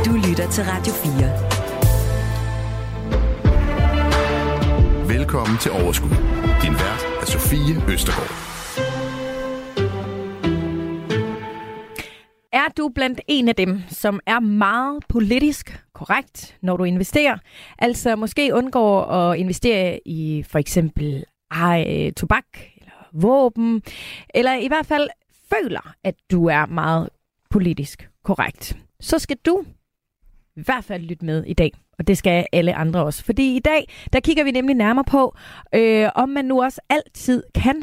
Du lytter til Radio 4. Velkommen til Overskud. Din vært er Sofie Østergaard. Er du blandt en af dem, som er meget politisk korrekt, når du investerer? Altså måske undgår at investere i for eksempel tobak eller våben, eller i hvert fald føler, at du er meget politisk korrekt. Så skal du i hvert fald lytte med i dag, og det skal alle andre også. Fordi i dag, der kigger vi nemlig nærmere på, om man nu også altid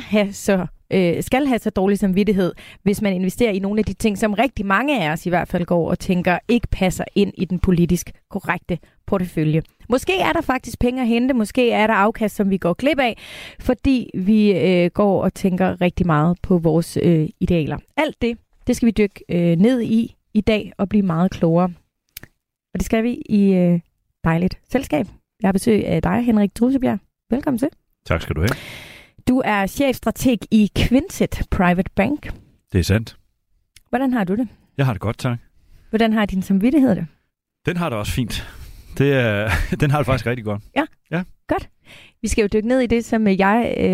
skal have så dårlig samvittighed, hvis man investerer i nogle af de ting, som rigtig mange af os i hvert fald går og tænker, ikke passer ind i den politisk korrekte portefølje. Måske er der faktisk penge at hente, måske er der afkast, som vi går glip af, fordi vi går og tænker rigtig meget på vores idealer. Alt det skal vi dykke ned i dag og blive meget klogere. Og det skal vi i dejligt selskab. Jeg har besøg af dig, Henrik Drusebjerg. Velkommen til. Tak skal du have. Du er chefstrateg i Quintet Private Bank. Det er sandt. Hvordan har du det? Jeg har det godt, tak. Hvordan har din samvittighed det? Den har det også fint. Den har det faktisk rigtig godt. Ja. Godt. Vi skal jo dykke ned i det, som vi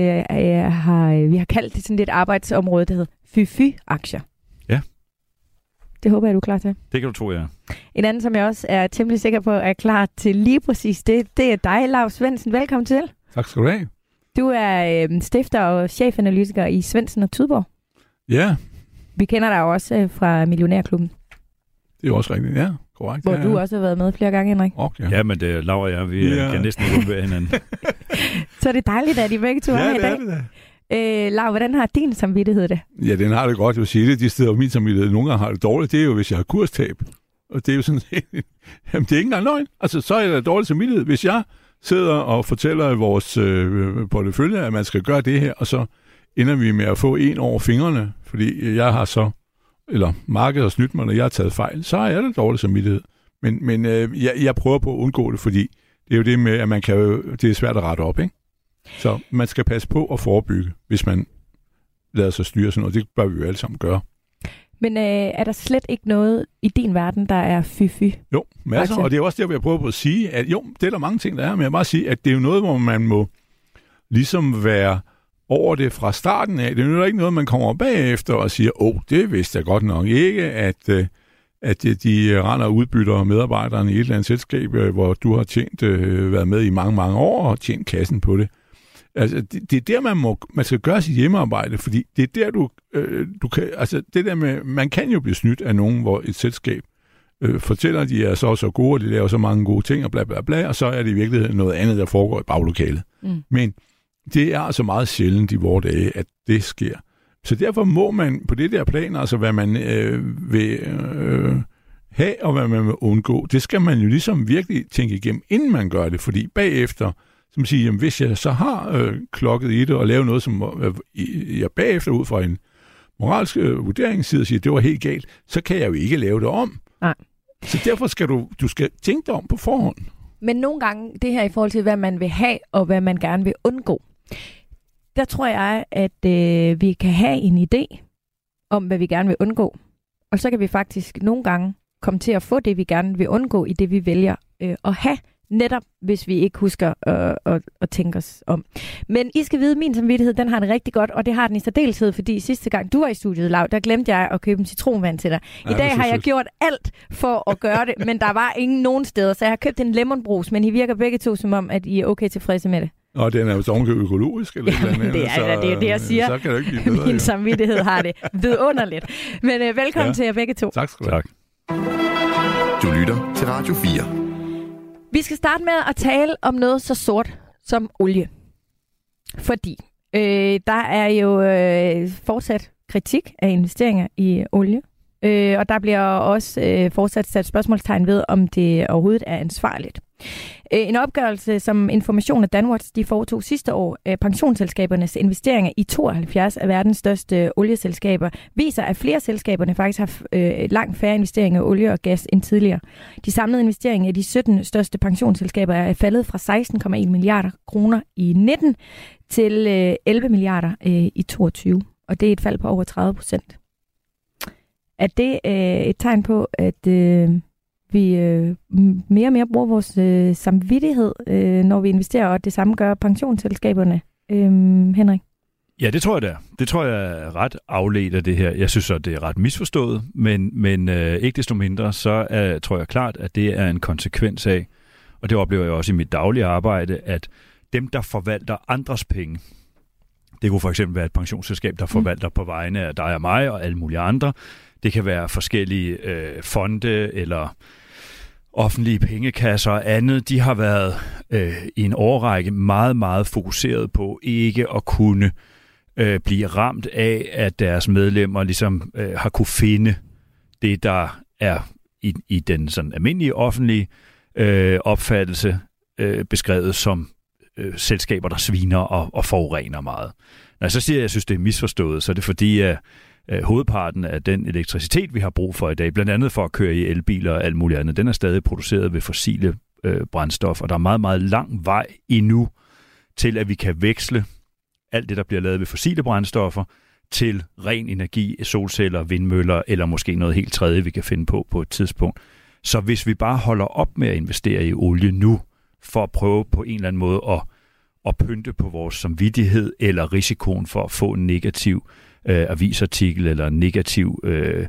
har kaldt det sådan lidt arbejdsområde, der hedder fy-fy-aktier. Ja. Det håber jeg, du er klar til. Det kan du tro, ja. En anden, som jeg også er temmelig sikker på, er klar til lige præcis det er dig, Lav Svendsen. Velkommen til. Tak skal du have. Du er stifter og chefanalytiker i Svendsen og Tudborg. Ja. Vi kender dig jo også fra Millionærklubben. Det er også rigtigt, ja. Korrekt. Hvor du også har været med flere gange, Henrik. Okay. Ja, men det er Lav og jeg, vi kan næsten ikke undvære hinanden. Så er det dejligt, at I begge to er her i dag. Det er det. Lav, hvordan har din samvittighed det? Ja, den har det godt. Jeg vil sige det. De steder, hvor min samvittighed nogle gange har det dårligt, det er jo, hvis jeg har kurstab. Og det er jo sådan jamen, det er ikke engang løgn. Altså, så er det dårlig samvittighed. Hvis jeg sidder og fortæller vores portefølje, at man skal gøre det her, og så ender vi med at få en over fingrene, fordi jeg har så, eller markedet har snydt mig, når jeg har taget fejl, så er det dårlig samvittighed. Men jeg prøver på at undgå det, fordi det er jo det med, at man kan jo, det er svært at rette op, ikke? Så man skal passe på at forebygge, hvis man lader sig styre sådan noget. Det bør vi jo alle sammen gøre. Men er der slet ikke noget i din verden, der er fy-fy? Jo, masser. Og det er også det, jeg prøver på at sige, at jo, det er der mange ting, der er, men jeg vil bare sige, at det er jo noget, hvor man må ligesom være over det fra starten af. Det er jo ikke noget, man kommer bagefter og siger, det vidste jeg godt nok ikke, at de render og udbytter medarbejderne i et eller andet selskab, hvor du har været med i mange, mange år og tjent kassen på det. Altså, det er der, man skal gøre sit hjemmearbejde, fordi det er der, du kan... Altså, det der med... Man kan jo blive snydt af nogen, hvor et selskab fortæller, at de er så gode, og de laver så mange gode ting, og bla bla bla, og så er det i virkeligheden noget andet, der foregår i baglokalet. Mm. Men det er altså meget sjældent i vores dage, at det sker. Så derfor må man på det der plan, altså hvad man vil have, og hvad man vil undgå, det skal man jo ligesom virkelig tænke igennem, inden man gør det, fordi bagefter... som siger, jamen, hvis jeg så har klokket i det og lavet noget, som jeg bagefter ud fra en moralsk vurderingsside siger, det var helt galt, så kan jeg jo ikke lave det om. Nej. Så derfor skal du skal tænke dig om på forhånd. Men nogle gange, det her i forhold til, hvad man vil have og hvad man gerne vil undgå, der tror jeg, at vi kan have en idé om, hvad vi gerne vil undgå. Og så kan vi faktisk nogle gange komme til at få det, vi gerne vil undgå i det, vi vælger at have. Netop, hvis vi ikke husker at tænke os om. Men I skal vide, at min samvittighed, den har det rigtig godt, og det har den i særdeleshed, fordi sidste gang du var i studiet, Lav, der glemte jeg at købe en citronvand til dig. I dag har jeg gjort alt for at gøre det, men der var ingen nogen steder, så jeg har købt en lemonbrus, men I virker begge to som om, at I er okay tilfredse med det. Og den er jo så økologisk, eller jamen, det er det, jeg siger. Så kan det ikke blive bedre, min samvittighed har det vidunderligt. Men velkommen til jer begge to. Tak skal du have. Du lytter til Radio 4. Vi skal starte med at tale om noget så sort som olie. Fordi der er jo fortsat kritik af investeringer i olie. Og der bliver også fortsat sat spørgsmålstegn ved, om det overhovedet er ansvarligt. En opgørelse, som Information og Danwatch de foretog sidste år, pensionsselskabernes investeringer i 72 af verdens største olieselskaber, viser, at flere selskaberne faktisk har langt færre investeringer i olie og gas end tidligere. De samlede investeringer i de 17 største pensionsselskaber er faldet fra 16,1 milliarder kroner i 19 til 11 milliarder i 22. Og det er et fald på over 30%. Er det et tegn på, at vi mere og mere bruger vores samvittighed, når vi investerer, og det samme gør pensionsselskaberne. Henrik? Ja, det tror jeg, det er. Det tror jeg er ret afledt af det her. Jeg synes så, det er ret misforstået, men ikke desto mindre, så tror jeg klart, at det er en konsekvens af, og det oplever jeg også i mit daglige arbejde, at dem, der forvalter andres penge, det kunne for eksempel være et pensionsselskab, der forvalter på vegne af dig og mig og alle mulige andre. Det kan være forskellige fonde eller offentlige pengekasser og andet. De har været i en årrække meget, meget fokuseret på ikke at kunne blive ramt af, at deres medlemmer ligesom har kunne finde det, der er i den sådan almindelige offentlige opfattelse beskrevet som selskaber, der sviner og forurener meget. Når jeg så siger, at jeg synes, det er misforstået, så er det fordi, at hovedparten af den elektricitet, vi har brug for i dag, blandt andet for at køre i elbiler og alt muligt andet, den er stadig produceret ved fossile brændstof, og der er meget, meget lang vej endnu til, at vi kan veksle alt det, der bliver lavet ved fossile brændstoffer, til ren energi, solceller, vindmøller, eller måske noget helt tredje, vi kan finde på et tidspunkt. Så hvis vi bare holder op med at investere i olie nu, for at prøve på en eller anden måde at pynte på vores samvittighed, eller risikoen for at få en negativ avisartikel, eller en negativ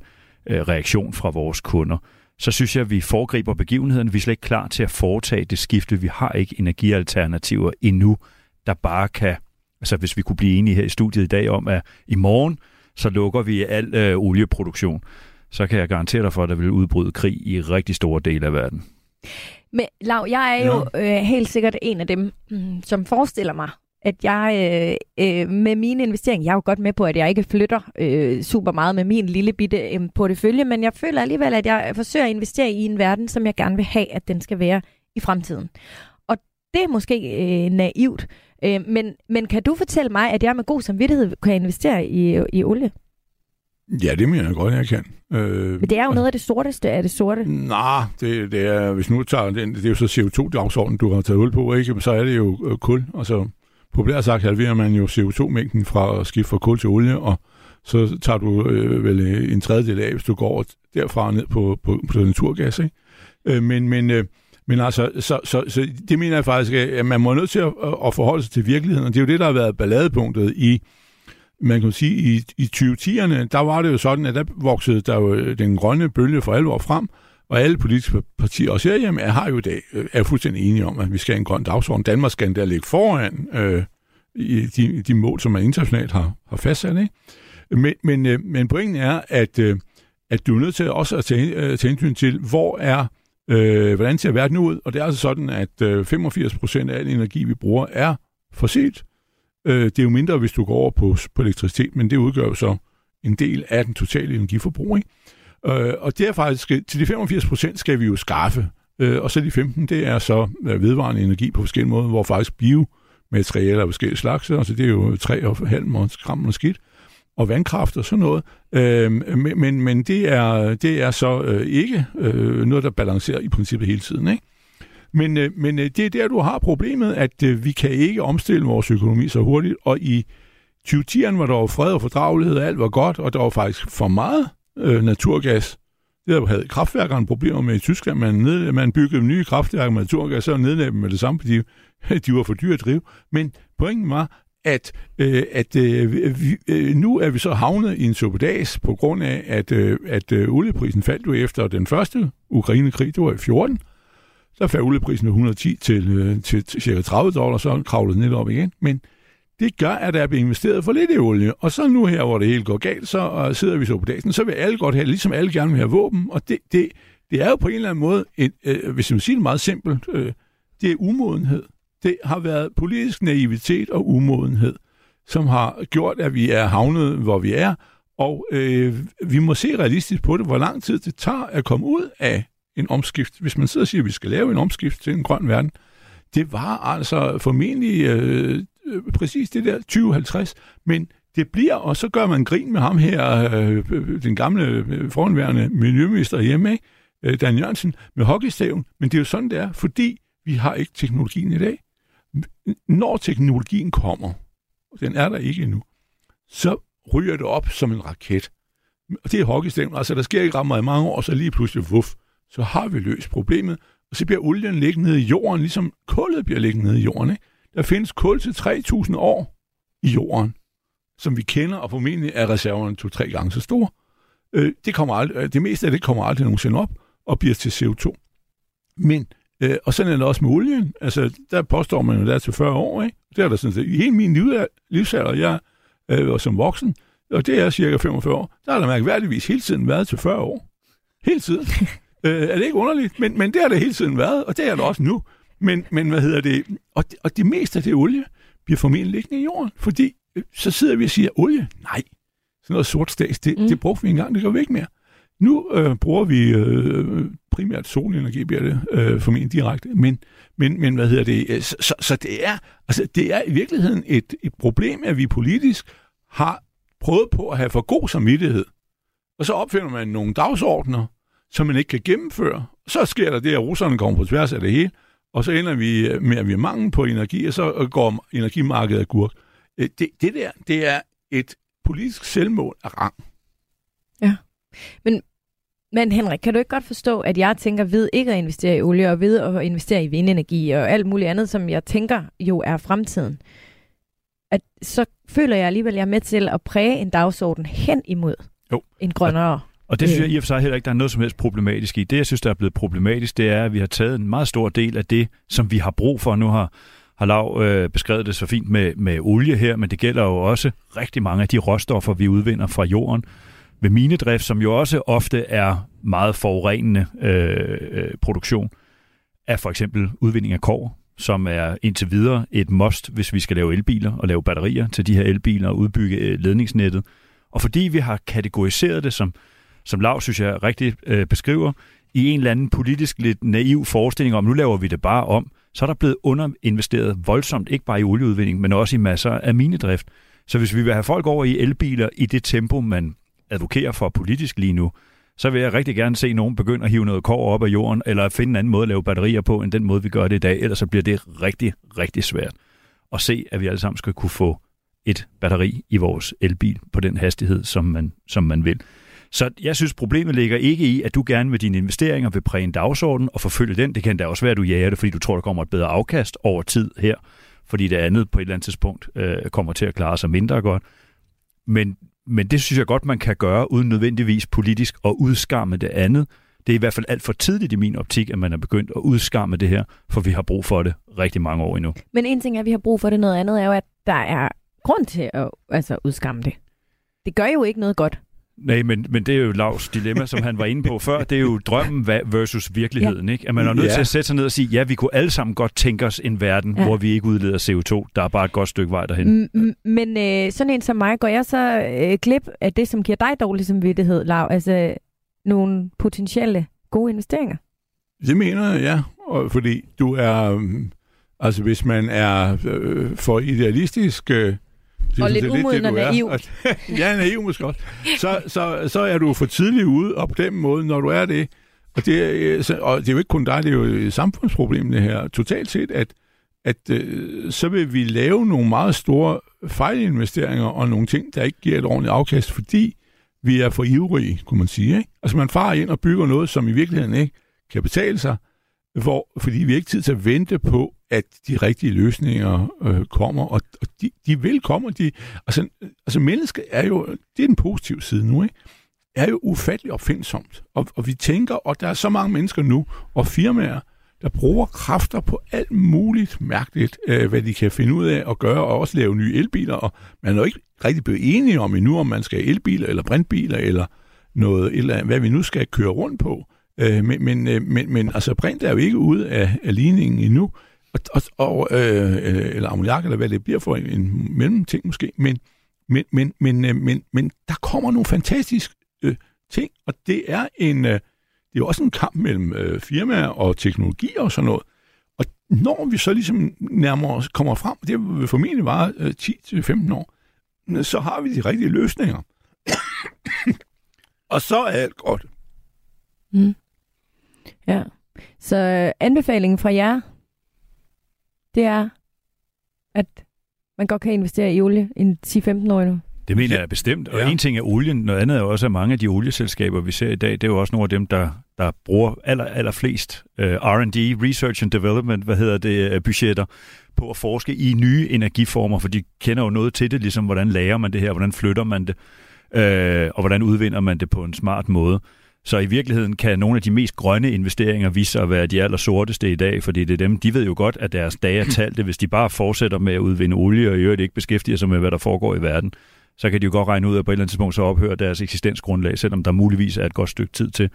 reaktion fra vores kunder, så synes jeg, at vi foregriber begivenheden. Vi er slet ikke klar til at foretage det skifte. Vi har ikke energialternativer endnu, der bare kan. Altså hvis vi kunne blive enige her i studiet i dag om, at i morgen, så lukker vi al olieproduktion, så kan jeg garantere dig for, at der vil udbryde krig i rigtig store dele af verden. Men Lau, jeg er jo helt sikkert en af dem, som forestiller mig, at jeg med mine investeringer, jeg er jo godt med på, at jeg ikke flytter super meget med min lille bitte portefølje, men jeg føler alligevel, at jeg forsøger at investere i en verden, som jeg gerne vil have, at den skal være i fremtiden. Og det er måske naivt, men kan du fortælle mig, at jeg med god samvittighed kan investere i olie? Ja, det mener jeg godt, jeg kan. Men det er jo noget af det sorteste af det sorte. Nej, det er, hvis nu tager den, det er jo så CO2-dagsordenen, du har taget hul på, ikke? Så er det jo kul. Altså, populært sagt halverer man jo CO2-mængden fra at skifte fra kul til olie, og så tager du vel en tredjedel af, hvis du går derfra ned på naturgas, ikke? Men altså, så det mener jeg faktisk, at man må nødt til at forholde sig til virkeligheden, og det er jo det, der har været balladepunktet i, man kan sige, i 2010'erne, der var det jo sådan, at der voksede der jo den grønne bølge for alvor frem, og alle politiske partier, også herhjemme, har jo i dag, er fuldstændig enige om, at vi skal have en grøn dagsorden. Danmark skal der ligge foran i de mål, som man internationalt har fastsat, ikke? Men pointen er, at du er nødt til også at tage hensyn til, hvordan ser verden ud, og det er altså sådan, at 85% af al energi, vi bruger, er fossilt. Det er jo mindre, hvis du går over på elektricitet, men det udgør jo så en del af den totale energiforbrug, ikke? Og det er faktisk, til de 85% skal vi jo skaffe, og så de 15%, det er så vedvarende energi på forskellige måder, hvor faktisk biomaterialer af forskellige slags, altså det er jo 3,5 gram og skidt, og vandkraft og sådan noget, men det er så ikke noget, der balancerer i princippet hele tiden, ikke? Men det er der, du har problemet, at vi kan ikke omstille vores økonomi så hurtigt, og i 2010'erne var der jo fred og fordragelighed, og alt var godt, og der var faktisk for meget naturgas. Det havde kraftværkerne problemer med i Tyskland. Man byggede nye kraftværker med naturgas, så nedlagde dem med det samme, fordi de var for dyre at drive. Men pointen var, at nu er vi så havnet i en suppedas på grund af, at olieprisen faldt jo efter den første Ukraine-krig, det var i 14. Så faldt olieprisen fra 110 til ca. $30, så kravlede den lidt op igen. Men det gør, at der er blevet investeret for lidt i olie. Og så nu her, hvor det hele går galt, så sidder vi så på dagen. Så vil alle godt have, ligesom alle gerne vil have våben. Og det er jo på en eller anden måde, hvis man siger det meget simpelt, det er umodenhed. Det har været politisk naivitet og umodenhed, som har gjort, at vi er havnet, hvor vi er. Og vi må se realistisk på det, hvor lang tid det tager at komme ud af en omskift. Hvis man sidder og siger, at vi skal lave en omskift til en grøn verden, det var altså formentlig præcis det der 2050, men det bliver, og så gør man grin med ham her, den gamle forhenværende miljøminister hjemme, ikke? Dan Jørgensen, med hockeystaven, men det er jo sådan, det er, fordi vi har ikke teknologien i dag. Når teknologien kommer, og den er der ikke endnu, så ryger det op som en raket. Og det er hockeystaven, altså der sker ikke ret meget i mange år, så lige pludselig, så har vi løst problemet. Og så bliver olien liggende nede i jorden, ligesom kullet bliver liggende nede i jorden. Ikke? Der findes kul til 3.000 år i jorden, som vi kender, og formentlig er reserverne 2-3 gange så store. Det meste af det kommer aldrig nogensinde op og bliver til CO2. Men, og sådan er det også med olien. Altså, der påstår man jo, der til 40 år. Ikke? Det er der sådan set. I hele min livsalder, jeg var som voksen, og det er cirka 45 år, der har der mærkværdigvis hele tiden været til 40 år. Hele tiden. Er det ikke underligt? Men det har det hele tiden været, og det er det også nu. Men hvad hedder det? Og det meste af det olie bliver formentlig liggende i jorden, fordi så sidder vi og siger, olie? Nej. Sådan noget sort stads, det brugte vi engang, det gør vi ikke mere. Nu bruger vi primært solenergi, bliver det formentlig direkte, men hvad hedder det? Så det er i virkeligheden et problem, at vi politisk har prøvet på at have for god samvittighed. Og så opfinder man nogle dagsordner, som man ikke kan gennemføre. Så sker der det, at russerne kommer på tværs af det hele, og så ender vi med, at vi har mangel på energi, og så går energimarkedet af gurk. Det er et politisk selvmål af rang. Ja, men Henrik, kan du ikke godt forstå, at jeg tænker ved ikke at investere i olie, og ved at investere i vindenergi, og alt muligt andet, som jeg tænker jo er fremtiden, at så føler jeg alligevel, at jeg er med til at præge en dagsorden hen imod en grønnere. Og det synes jeg i og for sig heller ikke, der er noget som helst problematisk i. Det, jeg synes, der er blevet problematisk, det er, at vi har taget en meget stor del af det, som vi har brug for. Nu har Lau beskrevet det så fint med olie her, men det gælder jo også rigtig mange af de råstoffer, vi udvinder fra jorden ved minedrift, som jo også ofte er meget forurenende produktion af for eksempel udvinding af kobber, som er indtil videre et must, hvis vi skal lave elbiler og lave batterier til de her elbiler og udbygge ledningsnettet. Og fordi vi har kategoriseret det, som Lau, synes jeg, rigtig beskriver, i en eller anden politisk lidt naiv forestilling om, nu laver vi det bare om, så er der blevet underinvesteret voldsomt, ikke bare i olieudvinding, men også i masser af minedrift. Så hvis vi vil have folk over i elbiler i det tempo, man advokerer for politisk lige nu, så vil jeg rigtig gerne se nogen begynde at hive noget kobber op af jorden, eller finde en anden måde at lave batterier på, end den måde, vi gør det i dag. Ellers så bliver det rigtig, rigtig svært at se, at vi alle sammen skal kunne få et batteri i vores elbil på den hastighed, som man vil. Så jeg synes, problemet ligger ikke i, at du gerne med dine investeringer vil præge en dagsorden og forfølge den. Det kan da også være, at du jager det, fordi du tror, der kommer et bedre afkast over tid her, fordi det andet på et eller andet tidspunkt kommer til at klare sig mindre godt. Men det synes jeg godt, man kan gøre, uden nødvendigvis politisk at udskamme det andet. Det er i hvert fald alt for tidligt i min optik, at man er begyndt at udskamme det her, for vi har brug for det rigtig mange år endnu. Men en ting er, at vi har brug for det, noget andet er jo, at der er grund til at udskamme det. Det gør jo ikke noget godt. Nej, men det er jo Laus dilemma, som han var inde på før. Det er jo drømmen versus virkeligheden, ikke? At man er nødt til at sætte sig ned og sige, ja, vi kunne alle sammen godt tænke os en verden, hvor vi ikke udleder CO2. Der er bare et godt stykke vej derhen. Men sådan en som mig, går jeg så glip af det, som giver dig dårlig samvittighed, Lau? Altså nogle potentielle gode investeringer? Det mener jeg, ja. Fordi du er... altså hvis man er for idealistisk... og lidt umoden og naiv. Ja, naiv måske også. Så er du for tidligt ude, og på den måde, når du er det, og det er jo ikke kun dig, det er jo et samfundsproblem det her, totalt set, at så vil vi lave nogle meget store fejlinvesteringer og nogle ting, der ikke giver et ordentligt afkast, fordi vi er for ivrige, kunne man sige. Ikke? Altså man farer ind og bygger noget, som i virkeligheden ikke kan betale sig, fordi vi ikke tid til at vente på, at de rigtige løsninger kommer, og de vil komme. Altså mennesket er jo, det er den positive side nu, ikke? Er jo ufattelig opfindsomt. Og vi tænker, og der er så mange mennesker nu, og firmaer, der bruger kræfter på alt muligt mærkeligt, hvad de kan finde ud af at gøre, og også lave nye elbiler, og man er jo ikke rigtig blevet enige om endnu, om man skal have elbiler, eller brintbiler, eller noget, eller hvad vi nu skal køre rundt på. Men altså brint er jo ikke ude af ligningen endnu, eller ammoniak, eller hvad det bliver for en mellemting måske, men der kommer nogle fantastiske ting, og det er jo også en kamp mellem firmaer og teknologi og sådan noget. Og når vi så ligesom nærmere kommer frem, det vil formentlig vare 10-15 år, så har vi de rigtige løsninger. Og så er alt godt. Mm. Ja, så anbefalingen fra jer, det er, at man godt kan investere i olie i 10-15 år nu. Det mener jeg bestemt. Og en ting er olien, noget andet er også, at mange af de olieselskaber, vi ser i dag, det er jo også nogle af dem, der der bruger allerflest R&D, Research and Development, budgetter, på at forske i nye energiformer, for de kender jo noget til det, ligesom hvordan lærer man det her, hvordan flytter man det, og hvordan udvinder man det på en smart måde. Så i virkeligheden kan nogle af de mest grønne investeringer vise sig at være de allersorteste i dag, fordi det er dem, de ved jo godt, at deres dage er talte. Hvis de bare fortsætter med at udvinde olie, og i øvrigt ikke beskæftiger sig med, hvad der foregår i verden, så kan de jo godt regne ud, at på et eller andet tidspunkt så ophører deres eksistensgrundlag, selvom der muligvis er et godt stykke tid til.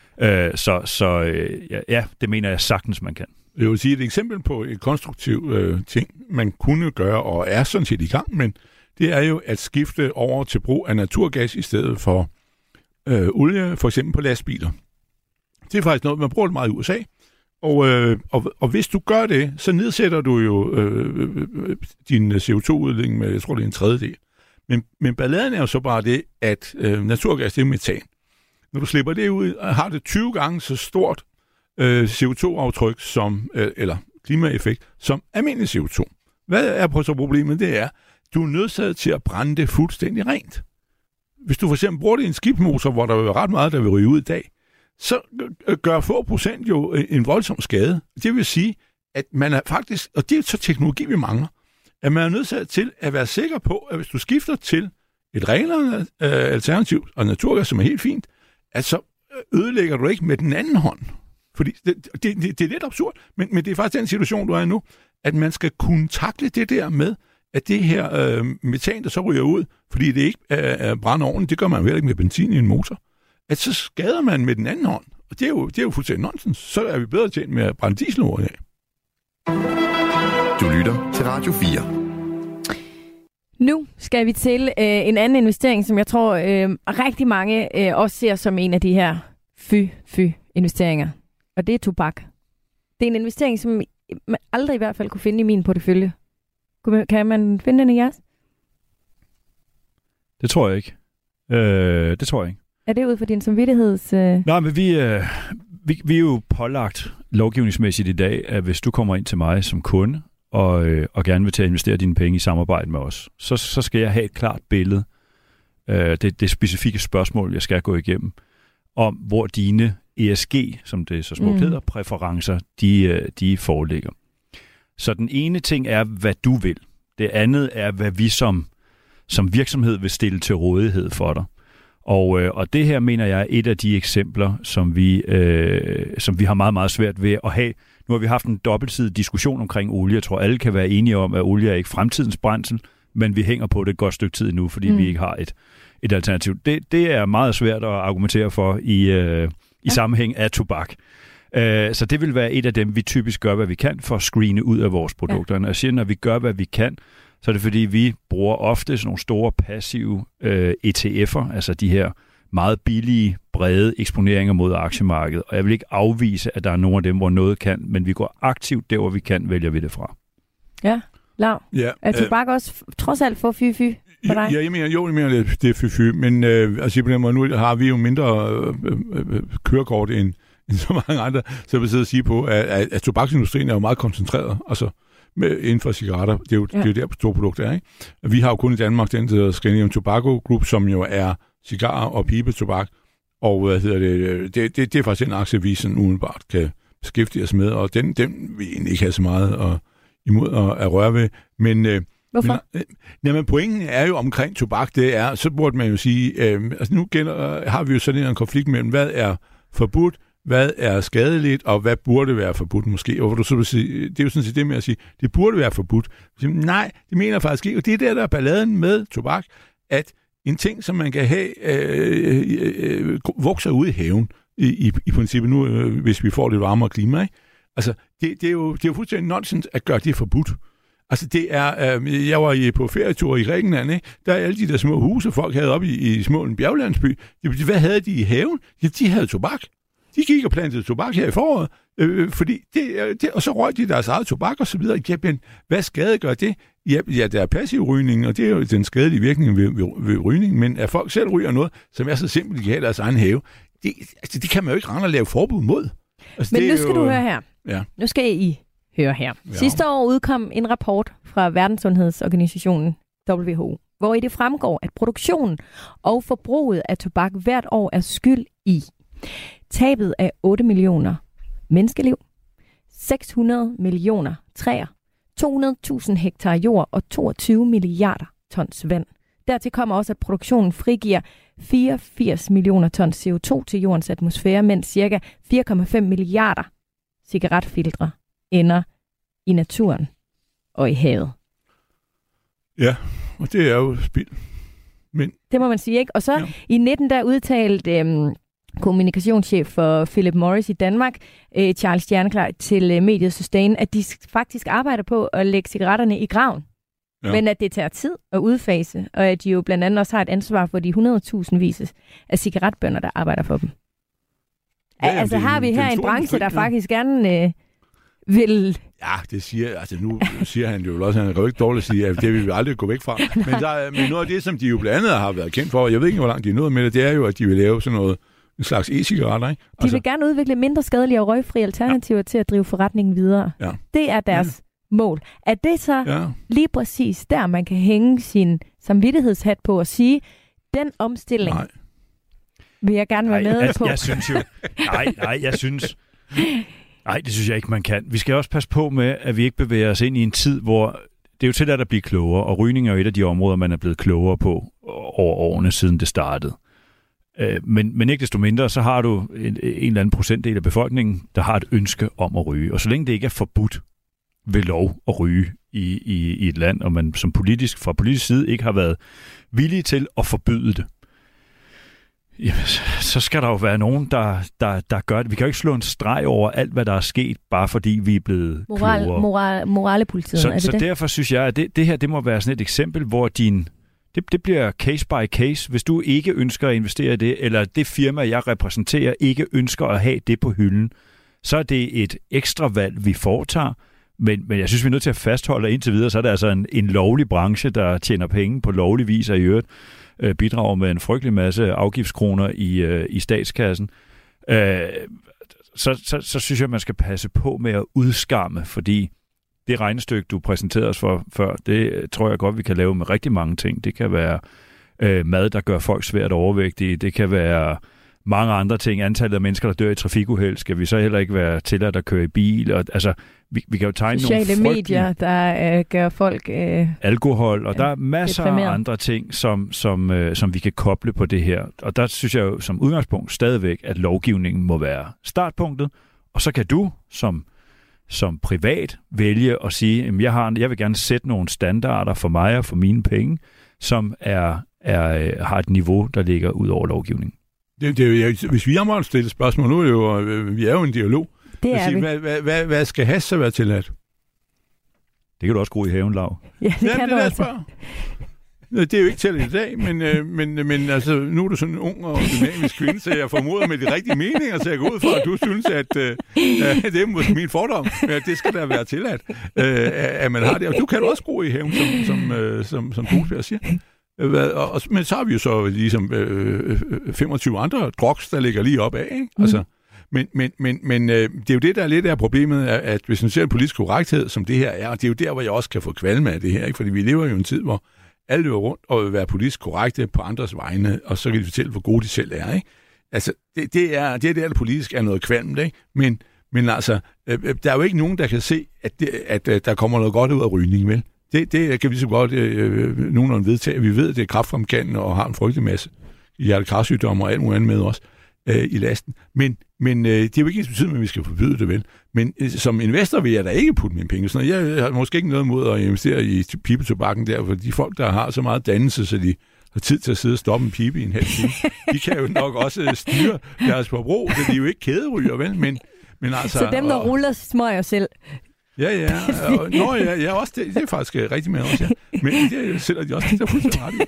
Det mener jeg sagtens, man kan. Jeg vil sige et eksempel på et konstruktivt ting, man kunne gøre, og er sådan set i gang, men det er jo at skifte over til brug af naturgas i stedet for olie, for eksempel på lastbiler. Det er faktisk noget, man bruger det meget i USA, og hvis du gør det, så nedsætter du jo din CO2-udledning med, jeg tror det er en tredjedel. Men balladen er jo så bare det, at naturgas det er metan. Når du slipper det ud, har det 20 gange så stort CO2-aftryk som, eller klimaeffekt, som almindelig CO2. Hvad er så problemet? Det er, du er nødsaget til at brænde det fuldstændig rent. Hvis du for eksempel bruger det i en skibsmotor, hvor der er ret meget, der vil ryge ud i dag, så gør få procent jo en voldsom skade. Det vil sige, at man er faktisk, og det er så teknologi, vi mangler, at man er nødsaget til at være sikker på, at hvis du skifter til et renere alternativ og naturgas, som er helt fint, at så ødelægger du ikke med den anden hånd. Fordi det er lidt absurd, men det er faktisk den situation, du er i nu, at man skal kunne takle det der med, at det her metan, der så ryger ud, fordi det ikke er brændeovnen, det gør man heller ikke med benzin i en motor, at så skader man med den anden hånd. Og det er jo fuldstændig nonsens. Så er vi bedre til med at brænde dieselord af. Du lytter til Radio 4. Nu skal vi til en anden investering, som jeg tror rigtig mange også ser som en af de her investeringer. Og det er tobak. Det er en investering, som man aldrig i hvert fald kunne finde i min portefølje. Kan man finde den i jeres? Det tror jeg ikke. Er det ud for din samvittigheds... Nej, men vi er jo pålagt lovgivningsmæssigt i dag, at hvis du kommer ind til mig som kunde, og gerne vil til at investere dine penge i samarbejde med os, så skal jeg have et klart billede. Det specifikke spørgsmål, jeg skal gå igennem, om hvor dine ESG, som det så smukt hedder, præferencer, de foreligger. Så den ene ting er, hvad du vil. Det andet er, hvad vi som virksomhed vil stille til rådighed for dig. Og det her, mener jeg, er et af de eksempler, som vi har meget, meget svært ved at have. Nu har vi haft en dobbeltsidig diskussion omkring olie. Jeg tror, alle kan være enige om, at olie er ikke fremtidens brændsel, men vi hænger på det et godt stykke tid nu, fordi vi ikke har et alternativ. Det er meget svært at argumentere for i sammenhæng af tobak. Så det vil være et af dem, vi typisk gør, hvad vi kan for at screene ud af vores produkter. Ja. Og jeg siger, når vi gør, hvad vi kan, så er det fordi, vi bruger ofte sådan nogle store passive ETF'er, altså de her meget billige, brede eksponeringer mod aktiemarkedet. Og jeg vil ikke afvise, at der er nogle af dem, hvor noget kan, men vi går aktivt der, hvor vi kan, vælger vi det fra. Ja, Lau. Ja, er tobak også trods alt for fy for dig? Ja, jeg mener det er fy, men altså på den måde, nu har vi jo mindre kørekort end så mange andre, så jeg vil sidde og sige på, at tobaksindustrien er jo meget koncentreret, altså inden for cigaretter. Det er jo der store produkter er, ikke? Vi har jo kun i Danmark den, der hedder Scandinavian Tobacco Group, som jo er cigarer og pibetobak, og det er faktisk en aktie, vi sådan umiddelbart kan beskæftige os med, og den vil egentlig ikke have så meget imod at røre ved. Men hvorfor? Men pointen er jo omkring tobak, det er, så burde man jo sige, altså nu har vi jo sådan en konflikt mellem, hvad er forbudt, hvad er skadeligt, og hvad burde være forbudt måske. Og du så vil sige, det er jo sådan set det med at sige, det burde være forbudt. Nej, det mener jeg faktisk ikke. Og det er der er balladen med tobak, at en ting, som man kan have, vokser ud i haven, i princippet nu, hvis vi får lidt varmere klima, ikke? Altså, det er jo fuldstændig nonsens at gøre det forbudt. Altså, det er, jeg var på ferietur i Grækenland, ikke? Der er alle de der små huse, folk havde oppe i Smålen bjerglandsby. Hvad havde de i haven? Ja, de havde tobak. De gik og plantede tobak her i foråret, fordi og så røg de deres eget tobak og så videre. Jamen, hvad skade gør det? Ja, der er passiv rygning, og det er jo den skadelige virkning ved rygning, men at folk selv ryger noget, som er så simpelt, de kan have deres egen have, det kan man jo ikke rende og lave forbud mod. Altså, men nu skal du høre her. Ja. Nu skal I høre her. Ja. Sidste år udkom en rapport fra Verdenssundhedsorganisationen WHO, hvor i det fremgår, at produktionen og forbruget af tobak hvert år er skyld i Tabet af 8 millioner menneskeliv, 600 millioner træer, 200.000 hektar jord og 22 milliarder tons vand. Dertil kommer også, at produktionen frigiver 84 millioner tons CO2 til jordens atmosfære, mens ca. 4,5 milliarder cigaretfiltre ender i naturen og i havet. Ja, og det er jo spild. Men... Det må man sige, ikke? Og så i 19 der udtalte kommunikationschef for Philip Morris i Danmark, Charles Stjerneklar, til mediet Sustain, at de faktisk arbejder på at lægge cigaretterne i graven. Ja. Men at det tager tid at udfase, og at de jo blandt andet også har et ansvar for de 100.000 vis af cigaretbønder, der arbejder for dem. Ja, altså har vi her en branche, der faktisk gerne vil... Ja, det siger... Altså nu siger han jo også, han er jo ikke dårligt at sige, at det vil vi aldrig gå væk fra. Men noget af det, som de jo blandt andet har været kendt for, og jeg ved ikke, hvor langt de er nået med det, det er jo, at de vil lave sådan noget, en slags e-cigaretter, ikke? De vil gerne udvikle mindre skadelige og røgfri alternativer til at drive forretningen videre. Ja. Det er deres mål. Er det så lige præcis der, man kan hænge sin samvittighedshat på og sige, den omstilling vil jeg gerne være med på? Jeg synes jo... Nej, det synes jeg ikke, man kan. Vi skal også passe på med, at vi ikke bevæger os ind i en tid, hvor det er jo til at blive klogere, og rygning er jo et af de områder, man er blevet klogere på over årene, siden det startede. Men ikke desto mindre, så har du en eller anden procentdel af befolkningen, der har et ønske om at ryge. Og så længe det ikke er forbudt ved lov at ryge i et land, og man som fra politisk side ikke har været villige til at forbyde det, jamen, så skal der jo være nogen, der gør det. Vi kan jo ikke slå en streg over alt, hvad der er sket, bare fordi vi er blevet klogere. Moralepolitiet, er det så det? Derfor synes jeg, at det her det må være sådan et eksempel, hvor det bliver case by case. Hvis du ikke ønsker at investere i det, eller det firma, jeg repræsenterer, ikke ønsker at have det på hylden, så er det et ekstra valg, vi foretager. Men jeg synes, vi er nødt til at fastholde, at indtil videre, så er det altså en lovlig branche, der tjener penge på lovlig vis, og i øvrigt bidrager med en frygtelig masse afgiftskroner i statskassen. Så synes jeg, man skal passe på med at udskamme, fordi det regnestykke, du præsenterede os for før, det tror jeg godt, vi kan lave med rigtig mange ting. Det kan være mad, der gør folk svært overvægtige. Det kan være mange andre ting. Antallet af mennesker, der dør i trafikuheld, skal vi så heller ikke være tilladt at køre i bil. Og, altså, vi kan jo tegne sociale nogle frygtelige... medier, der gør folk... alkohol, og der er masser af andre ting, som vi kan koble på det her. Og der synes jeg jo som udgangspunkt stadigvæk, at lovgivningen må være startpunktet, og så kan du som privat vælge at sige, at jeg vil gerne sætte nogle standarder for mig og for mine penge, som har et niveau, der ligger ud over lovgivningen. Hvis vi har måttet stille spørgsmål, nu er vi er jo en dialog. Det er vi. Hvad skal has så være tilladt? Det kan du også gro i haven, Lav. Ja, det kan du også. Det er jo ikke til i dag, men altså, nu er du sådan en ung og dynamisk kvinde, så jeg formoder med de rigtige meninger, så jeg går ud fra, at du synes, at det er måske min fordom, at det skal der være tilladt, at man har det. Og du kan også gro i haven, som Bosbjerg siger. Men så har vi jo så ligesom 25 andre drugs, der ligger lige op af, ikke? Altså, men det er jo det, der er lidt af problemet, at hvis man ser en politisk korrekthed, som det her er, og det er jo der, hvor jeg også kan få kvalme af det her, ikke? Fordi vi lever jo i en tid, hvor alle løber rundt og vil være politisk korrekte på andres vegne, og så kan de fortælle, hvor gode de selv er, ikke? Altså, det er der politisk er noget kvalmt, ikke? Men altså, der er jo ikke nogen, der kan se, at der kommer noget godt ud af rygning, vel? Det kan vi så godt nogenlunde vedtage. Vi ved, at det er kræftfremkaldende og har en frygtelig masse hjertekarsygdomme og alt muligt andet med os i lasten. Men det er jo ikke ens betydning, at vi skal forbyde det, vel? Men som investor vil jeg da ikke putte mine penge. Sådan jeg har måske ikke noget imod at investere i pibetobakken der, for de folk, der har så meget dannelse, så de har tid til at sidde og stoppe en pibe i en halv time, de kan jo nok også styre deres forbrug, så de er jo ikke kæderyger, vel? Men altså, så dem, der ruller smøger selv. Ja. Ja, også det er faktisk rigtig med også, ja. Men det sætter de også der fuldstændig ret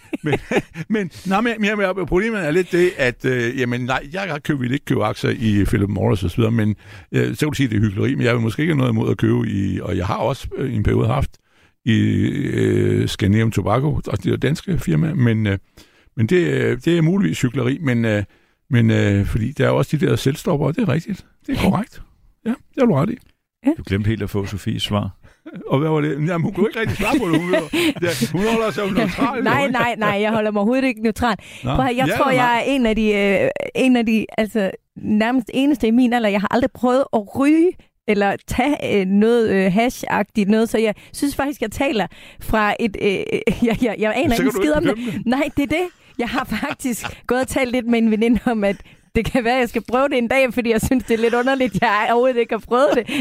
i. Men problemet er lidt det, at jeg vil ikke købe aktier i Philip Morris og så videre, men så kan du sige, at det er hykleri, men jeg vil måske ikke have noget imod at købe i, og jeg har også i en periode haft i Scandinavian Tobacco, og det er danske firma, men det er muligvis hykleri, men fordi der er også de der selvstopper, og det er rigtigt. Det er korrekt. Ja, det er du ret i. Du glemte helt at få Sofies svar. Og hvad var det? Jamen, hun kunne ikke rigtig svare på det. Hun holder sig jo neutral. Nej, jeg holder mig overhovedet ikke neutral. Jeg tror, jeg er en af de altså, nærmest eneste i min alder. Jeg har aldrig prøvet at ryge eller tage noget hash-agtigt noget, så jeg synes faktisk, jeg taler fra et... jeg aner ikke skid om det. Nej, det er det. Jeg har faktisk gået og talt lidt med en veninde om, at det kan være, at jeg skal prøve det en dag, fordi jeg synes, det er lidt underligt, jeg overhovedet ikke har prøvet det.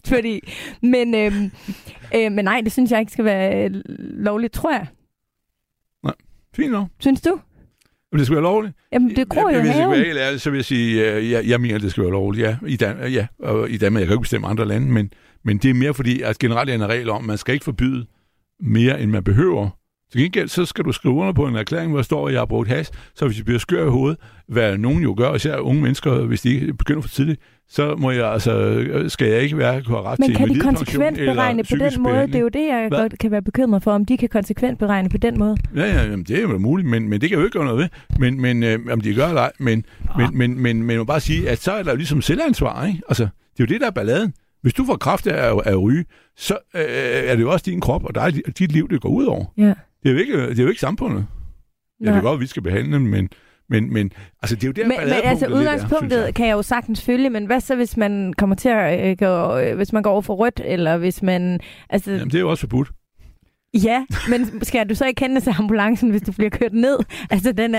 Men nej, det synes jeg ikke skal være lovligt, tror jeg. Nej, fint nok. Synes du? Om det skal være lovligt? Jamen, det gror jo Hvis jeg skal haven. være helt ærlig, så vil jeg sige, jeg mener, at det skal være lovligt. Ja, og i Danmark, jeg kan ikke bestemme andre lande, men det er mere fordi, at generelt er en regel om, at man skal ikke forbyde mere, end man behøver. Til gengæld, så skal du skrive under på en erklæring, hvor der står, at jeg har brugt hash, så hvis jeg bliver skør i hovedet, hvad nogen jo gør, især unge mennesker, hvis de ikke begynder for tidligt, så må jeg skal jeg ikke være ret til. Men kan de konsekvensberegne på den måde? Det er jo det, jeg godt kan være bekymret for, om de kan konsekvensberegne på den måde. Ja, jamen, det er jo muligt, men det kan jo ikke gøre noget ved. Men om de gør eller ej. Men man må bare sige, at så er der jo ligesom selvansvar, ikke? Altså, det er jo det, der er balladen. Hvis du får kræft af at ryge, så er det jo også din krop, og dit liv, det går ud over. Ja. Det er jo ikke samfundet. Ja, det er godt, at vi skal behandle dem, men altså, det er jo der, men altså, udgangspunktet kan jeg jo sagtens følge, men hvad så, hvis man kommer til at hvis man går over for rødt, eller hvis man... Altså... Jamen, det er jo også forbudt. Ja, men skal du så ikke kende til ambulancen, hvis du bliver kørt ned? Altså, den er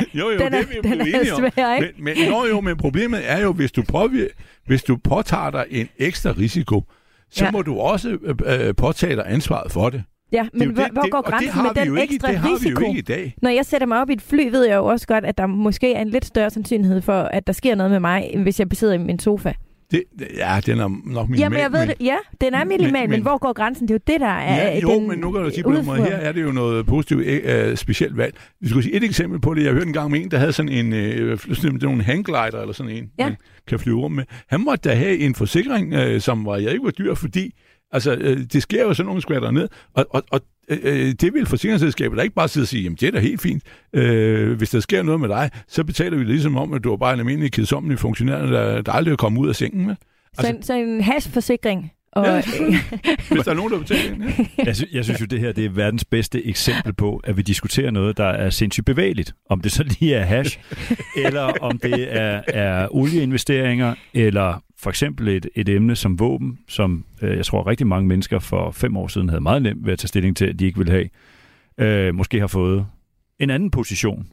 svær, ikke? Men problemet er jo, hvis du påtager dig en ekstra risiko, så må du også påtage dig ansvaret for det. Ja, men hvor går grænsen med den ekstra risiko? Det har vi jo ikke i dag. Når jeg sætter mig op i et fly, ved jeg jo også godt, at der måske er en lidt større sandsynlighed for, at der sker noget med mig, end hvis jeg besidder i min sofa. Den er nok minimal. Jamen, jeg ved det. Ja, den er minimal, men hvor går grænsen? Det er jo det, der er men nu kan du sige på den måde, her er det jo noget positivt specielt valg. Vi skulle sige et eksempel på det. Jeg hørte en gang med en, der havde sådan en hangglider, eller sådan en, man kan flyve rum med. Han måtte da have en forsikring, som ikke var dyr, fordi altså, det sker jo sådan, nogle skvatter ned, og det vil forsikringsselskabet da ikke bare sidde og sige, jamen det er da helt fint. Hvis der sker noget med dig, så betaler vi det ligesom om, at du er bare en almindelig kedsommelig funktionær, der aldrig er kommet ud af sengen. Med. Altså, så en hashforsikring? Og... Ja, hvis der er nogen, der betaler den. Ja. Jeg synes jo, det her det er verdens bedste eksempel på, at vi diskuterer noget, der er sindssygt bevægeligt. Om det så lige er hash, eller om det er olieinvesteringer, eller for eksempel et emne som våben, som jeg tror rigtig mange mennesker for 5 år siden havde meget nemt ved at tage stilling til, at de ikke ville have. Måske har fået en anden position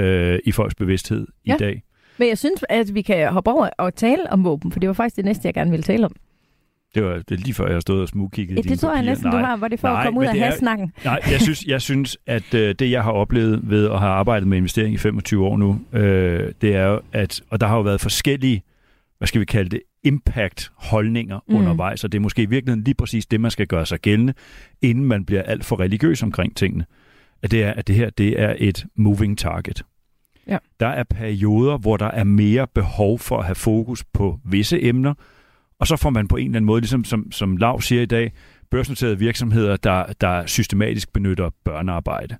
i folks bevidsthed i dag. Men jeg synes, at vi kan hoppe over og tale om våben, for det var faktisk det næste, jeg gerne ville tale om. Det var lige før, jeg har stået og smugkigget i dine det tror papirer. Jeg næsten, du har. Var det for at komme ud af hash-snakken? Nej, jeg synes, at det, jeg har oplevet ved at have arbejdet med investering i 25 år nu, det er jo, at... Og der har jo været forskellige, hvad skal vi kalde det, impact-holdninger undervejs, og det er måske i virkeligheden lige præcis det, man skal gøre sig gældende, inden man bliver alt for religiøs omkring tingene. At det her, det er et moving target. Ja. Der er perioder, hvor der er mere behov for at have fokus på visse emner, og så får man på en eller anden måde, ligesom som Lav siger i dag, børsnoterede virksomheder, der systematisk benytter børnearbejde.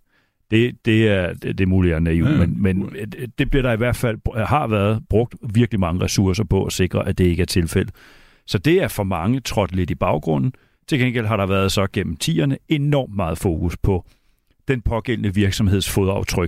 Det er muligt, jeg er naiv, men det bliver der i hvert fald har været brugt virkelig mange ressourcer på at sikre, at det ikke er tilfældet. Så det er for mange trådt lidt i baggrunden. Til gengæld har der været så gennem 10'erne enormt meget fokus på den pågældende virksomheds fodaftryk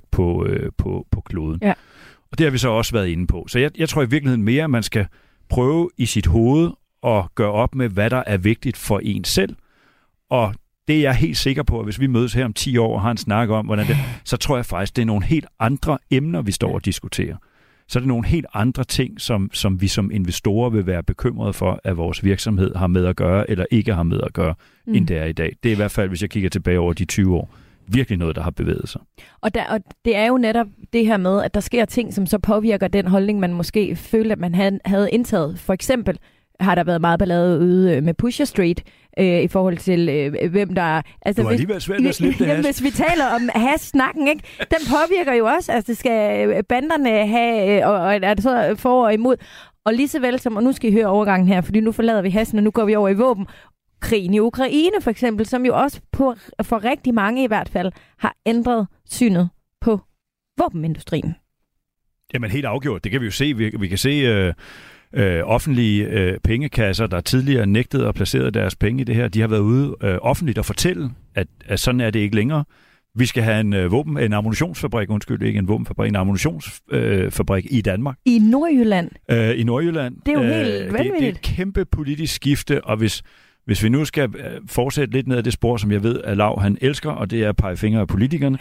på kloden. Ja. Og det har vi så også været inde på. Så jeg tror i virkeligheden mere, at man skal prøve i sit hoved at gøre op med, hvad der er vigtigt for en selv. Og det er jeg helt sikker på, at hvis vi mødes her om 10 år og har en snak om, hvordan det så tror jeg faktisk, det er nogle helt andre emner, vi står og diskuterer. Så er det nogle helt andre ting, som vi som investorer vil være bekymrede for, at vores virksomhed har med at gøre, eller ikke har med at gøre, end det er i dag. Det er i hvert fald, hvis jeg kigger tilbage over de 20 år, virkelig noget, der har bevæget sig. Og det er jo netop det her med, at der sker ting, som så påvirker den holdning, man måske følte, at man havde indtaget. For eksempel har der været meget ballade ude med Pusher Street i forhold til hvem der... Altså, du har alligevel svært at slippe det hvis vi taler om hash-snakken, ikke? Den påvirker jo også, altså skal banderne have, og er det så for og imod. Og lige så vel som, og nu skal I høre overgangen her, fordi nu forlader vi hashen, og nu går vi over i våben. Krigen i Ukraine for eksempel, som jo også for rigtig mange i hvert fald har ændret synet på våbenindustrien. Jamen helt afgjort, det kan vi jo se. Vi kan se offentlige pengekasser, der tidligere nægtede at placere deres penge i det her, de har været ude offentligt og fortælle, at sådan er det ikke længere. Vi skal have en ammunitionsfabrik, ikke en våbenfabrik, en ammunitionsfabrik i Danmark. I Nordjylland? I Nordjylland. Det er jo helt vanvittigt. Det er et kæmpe politisk skifte, og hvis vi nu skal fortsætte lidt ned ad det spor, som jeg ved, at Lav han elsker, og det er at pege fingre af politikerne,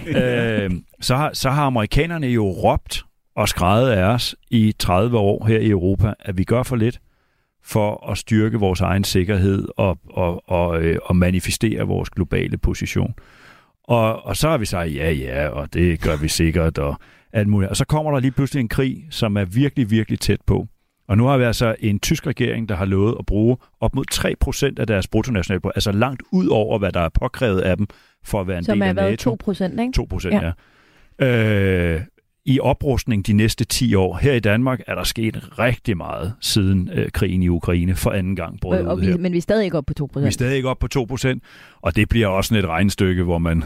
så har amerikanerne jo råbt og skreget af os i 30 år her i Europa, at vi gør for lidt for at styrke vores egen sikkerhed og manifestere vores globale position. Og så har vi sagt, ja, og det gør vi sikkert, og alt muligt. Og så kommer der lige pludselig en krig, som er virkelig, virkelig tæt på. Og nu har vi altså en tysk regering, der har lovet at bruge op mod 3% af deres bruttonationalprodukt, altså langt ud over, hvad der er påkrævet af dem for at være en del af NATO. Som er 2%, ikke? 2%, ja. I oprustning de næste 10 år. Her i Danmark er der sket rigtig meget siden krigen i Ukraine for anden gang brød ud her. Men vi er stadig ikke oppe på 2%. Vi er stadig ikke oppe på 2%, og det bliver også sådan et regnestykke, hvor man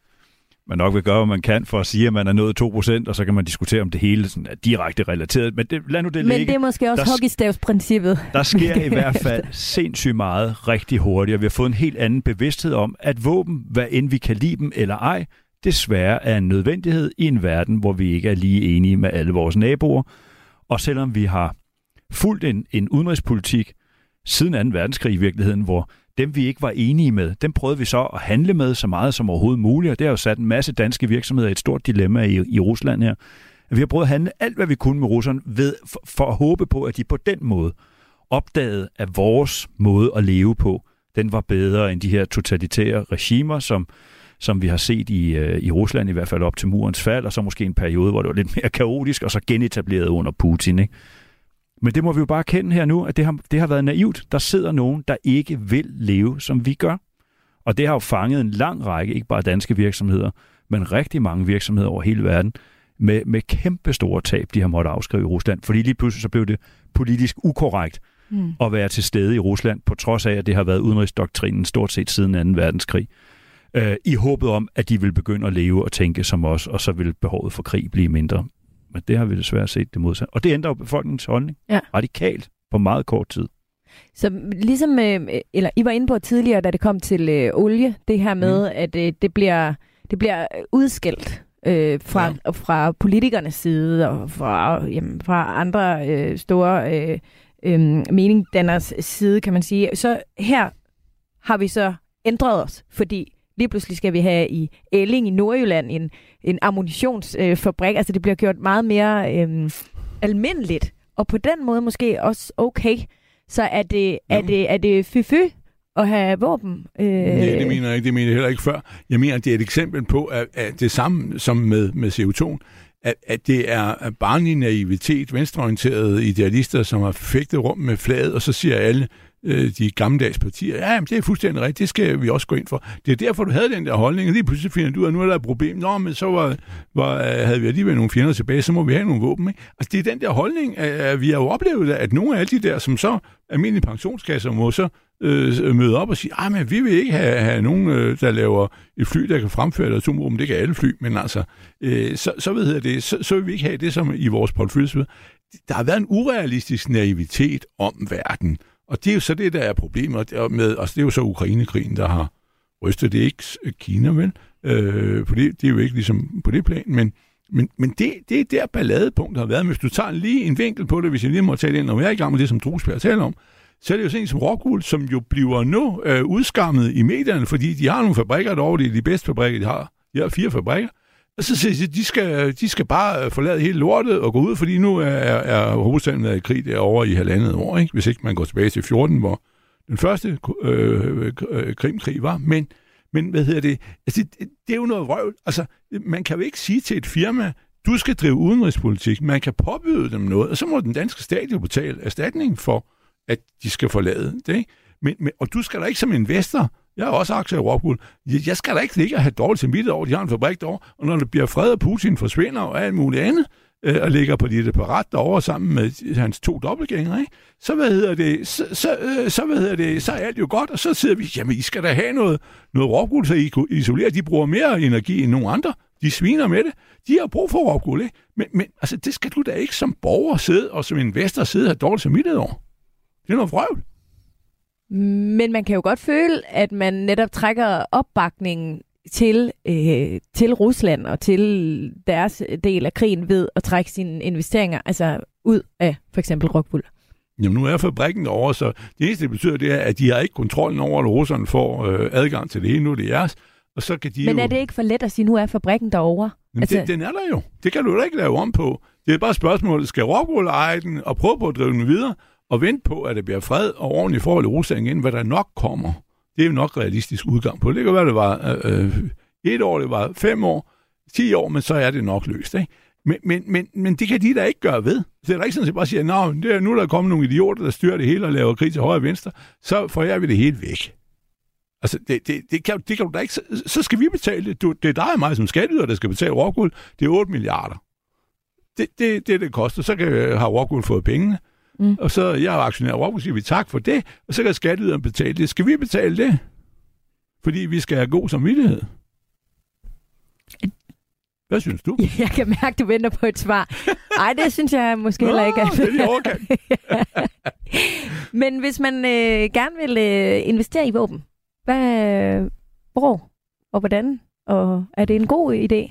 nok vil gøre, hvad man kan for at sige, at man er nået 2%, og så kan man diskutere, om det hele sådan er direkte relateret. Men lad nu det ligge. Men det er måske også hockeystavsprincippet. Der sker i hvert fald sindssygt meget rigtig hurtigt, og vi har fået en helt anden bevidsthed om, at våben, hvad end vi kan lide dem eller ej, desværre er en nødvendighed i en verden, hvor vi ikke er lige enige med alle vores naboer. Og selvom vi har fulgt en udenrigspolitik siden 2. verdenskrig i virkeligheden, hvor dem, vi ikke var enige med, dem prøvede vi så at handle med så meget som overhovedet muligt, og det har jo sat en masse danske virksomheder i et stort dilemma i Rusland her. Vi har prøvet at handle alt, hvad vi kunne med russerne, for at håbe på, at de på den måde opdagede, at vores måde at leve på, den var bedre end de her totalitære regimer, som vi har set i Rusland, i hvert fald op til murens fald, og så måske en periode, hvor det var lidt mere kaotisk, og så genetableret under Putin, ikke? Men det må vi jo bare kende her nu, at det har været naivt. Der sidder nogen, der ikke vil leve, som vi gør. Og det har jo fanget en lang række, ikke bare danske virksomheder, men rigtig mange virksomheder over hele verden, med kæmpe store tab, de har måttet afskrive i Rusland. Fordi lige pludselig så blev det politisk ukorrekt at være til stede i Rusland, på trods af, at det har været udenrigsdoktrinen stort set siden 2. verdenskrig. I håbet om, at de vil begynde at leve og tænke som os, og så vil behovet for krig blive mindre. Men det har vi desværre set det modsatte. Og det ændrer jo befolkningens holdning radikalt på meget kort tid. Så ligesom, eller I var inde på tidligere, da det kom til olie, det her med, at det bliver udskilt fra politikernes side og fra andre store meningdanners side, kan man sige. Så her har vi så ændret os, fordi lige pludselig skal vi have i Elling i Nordjylland en ammunitionsfabrik. Altså det bliver gjort meget mere almindeligt, og på den måde måske også okay. Så er det fy-fy at have våben? Nej, det mener jeg ikke. Det mener jeg heller ikke før. Jeg mener, det er et eksempel på, at det samme som med CO2, at det er barnlig naivitet, venstreorienterede idealister, som har fægtet rum med flaget, og så siger alle de gammeldags partier, ja, det er fuldstændig rigtigt, det skal vi også gå ind for. Det er derfor, du havde den der holdning, og lige pludselig finder du ud af, at nu er der et problem. Nå, men så havde vi alligevel nogle fjender tilbage, så må vi have nogle våben, ikke? Altså, det er den der holdning, at vi har jo oplevet, at nogle af alle de der, som så almindelige pensionskasser må så møde op og sige, men vi vil ikke have nogen, der laver et fly, der kan fremføre et atomvåben. Det kan alle fly, men altså, så vil vi ikke have det som i vores portefølje. Der har været en urealistisk naivitet om verden, og det er jo så det, der er problemet med, altså det er jo så Ukraine-krigen, der har rystet. Det er ikke Kina, vel? For det er jo ikke ligesom på det plan, men det er der balladepunkt har været. Men hvis du tager lige en vinkel på det, hvis jeg lige må tage det ind, når jeg er i gang med det, som Drusberg taler om, så er det jo sådan en som Rockwool, som jo bliver nu udskammet i medierne, fordi de har nogle fabrikker derovre, det er de bedste fabrikker, de har. De har 4 fabrikker. Og så siger de skal bare forlade hele lortet og gå ud, fordi nu er hovedstaden været i krig derovre i 1,5 år, ikke? Hvis ikke man går tilbage til 14, hvor den første Krimkrig var. Men hvad hedder det? Altså, det er jo noget vrøvl. Altså, man kan jo ikke sige til et firma, du skal drive udenrigspolitik. Man kan påbyde dem noget, og så må den danske stat jo betale erstatning for, at de skal forlade det, ikke? Og du skal da ikke som investor, jeg har også aktier i Rockwool, jeg skal da ikke ligge og have dårligt samvittighed over, de har en fabrik derovre, og når det bliver fred, og Putin forsvinder og alt muligt andet, og ligger på dit apparat derovre sammen med hans 2 dobbeltgængere, ikke? Så så er alt jo godt, og så sidder vi, jamen I skal da have noget Rockwool, så I isolerer, de bruger mere energi end nogen andre. De sviner med det. De har brug for råguld, ikke? Men altså, det skal du da ikke som borger sidde, og som investor sidde og have dårligt samvittighed over. Det er noget vrøvl. Men man kan jo godt føle, at man netop trækker opbakningen til Rusland og til deres del af krigen ved at trække sine investeringer altså ud af for eksempel råguld. Jamen nu er fabrikken derovre, så det eneste, det betyder, det er, at de har ikke kontrollen over, at russerne får adgang til det hele. Nu er det jeres. Og så kan de Men er det ikke for let at sige, nu er fabrikken derovre? Altså... Den er der jo. Det kan du da ikke lave om på. Det er bare spørgsmålet, skal Rockwool eje den og prøve på at drive den videre og vente på, at det bliver fred og ordentligt forhold i Rusland igen, hvad der nok kommer. Det er jo nok realistisk udgang på. Det kan være, det var 1 år, det var 5 år, 10 år, men så er det nok løst, ikke? Men det kan de da ikke gøre ved. Så det er ikke sådan, at jeg bare siger, nu er der kommet nogle idioter, der styrer det hele og laver krig til højre og venstre, så får vi det helt væk. Altså, det kan du da ikke. Så skal vi betale det. Det er dig og mig som skatteyder, der skal betale Rockwool. Det er 8 milliarder. Det koster. Så har Rockwool fået pengene. Og så jeg har aktionær Rockwool, siger vi tak for det, og så kan skatteyderen betale det. Skal vi betale det? Fordi vi skal have god samvittighed. Hvad synes du? Jeg kan mærke, du venter på et svar. Nej, det synes jeg måske heller ikke. Det er overkant. Men hvis man gerne vil investere i våben, hvor og hvordan? Og er det en god idé?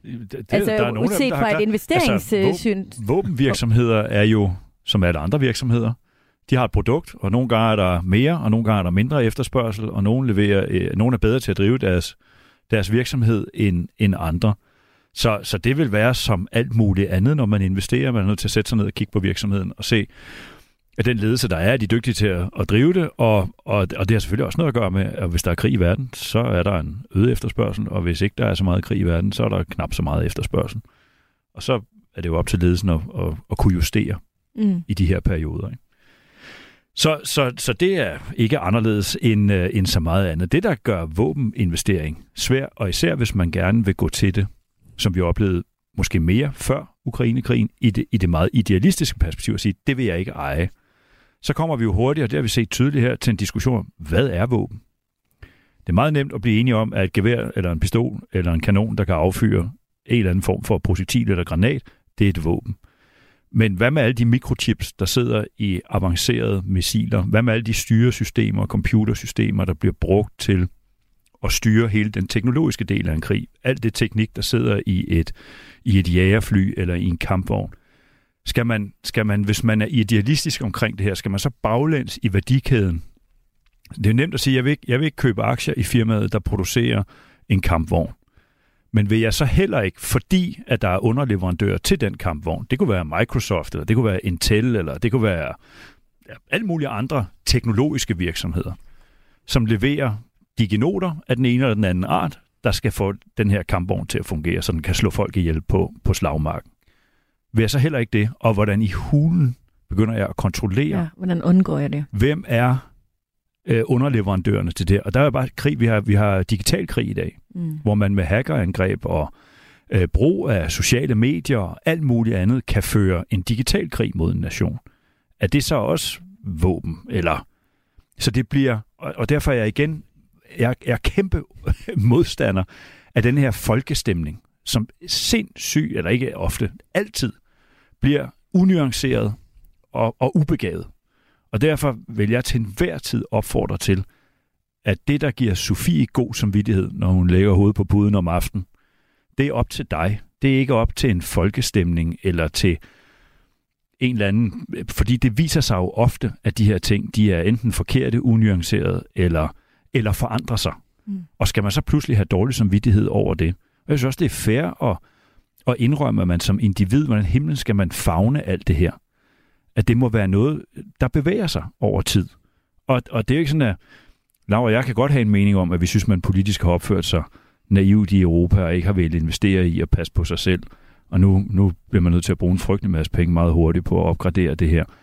Uset fra et investeringssyn. Våbenvirksomheder er jo, som alle andre virksomheder, de har et produkt, og nogle gange er der mere, og nogle gange er der mindre efterspørgsel, og nogle er bedre til at drive deres virksomhed end andre. Så det vil være som alt muligt andet, når man investerer. Man er nødt til at sætte sig ned og kigge på virksomheden og se, at den ledelse, der er de dygtige til at drive det, og det har selvfølgelig også noget at gøre med, at hvis der er krig i verden, så er der en øget efterspørgsel, og hvis ikke der er så meget krig i verden, så er der knap så meget efterspørgsel. Og så er det jo op til ledelsen at kunne justere i de her perioder. Ikke? Så det er ikke anderledes end så meget andet. Det, der gør våbeninvestering svær, og især hvis man gerne vil gå til det, som vi oplevede måske mere før Ukrainekrigen, i det meget idealistiske perspektiv at sige, det vil jeg ikke eje. Så kommer vi jo hurtigt, og det har vi set tydeligt her, til en diskussion om, hvad er våben? Det er meget nemt at blive enige om, at et gevær eller en pistol eller en kanon, der kan affyre en eller anden form for projektil eller granat, det er et våben. Men hvad med alle de mikrochips, der sidder i avancerede missiler? Hvad med alle de styresystemer og computersystemer, der bliver brugt til at styre hele den teknologiske del af en krig? Alt det teknik, der sidder i et jagerfly eller i en kampvogn. Skal man, hvis man er idealistisk omkring det her, skal man så baglæns i værdikæden? Det er nemt at sige, jeg vil ikke købe aktier i firmaet, der producerer en kampvogn. Men vil jeg så heller ikke, fordi at der er underleverandører til den kampvogn, det kunne være Microsoft, eller det kunne være Intel, eller det kunne være alle mulige andre teknologiske virksomheder, som leverer diginoter af den ene eller den anden art, der skal få den her kampvogn til at fungere, så den kan slå folk ihjel på slagmarken. Vil jeg så heller ikke det? Og hvordan i hulen begynder jeg at kontrollere? Ja, hvordan undgår jeg det? Hvem er underleverandørerne til det? Og der er bare krig. Vi har digital krig i dag, hvor man med hackerangreb og brug af sociale medier og alt muligt andet kan føre en digital krig mod en nation. Er det så også våben? Eller så det bliver, og derfor er jeg igen jeg er kæmpe modstander af den her folkestemning, som sindssygt, eller ikke ofte, altid bliver unuanceret og ubegavet. Og derfor vil jeg til enhver tid opfordre til, at det, der giver Sofie god samvittighed, når hun lægger hovedet på puden om aftenen, det er op til dig. Det er ikke op til en folkestemning eller til en eller anden, fordi det viser sig jo ofte, at de her ting, de er enten forkerte, unuancerede eller forandrer sig. Og skal man så pludselig have dårlig samvittighed over det? Og jeg synes også, det er fair at indrømme, at man som individ, hvordan himlen skal man favne alt det her? At det må være noget, der bevæger sig over tid. Og det er jo ikke sådan, at Laura og jeg kan godt have en mening om, at vi synes, man politisk har opført sig naivt i Europa og ikke har vel investere i at passe på sig selv. Og nu bliver man nødt til at bruge en frygtelig masse penge meget hurtigt på at opgradere det her.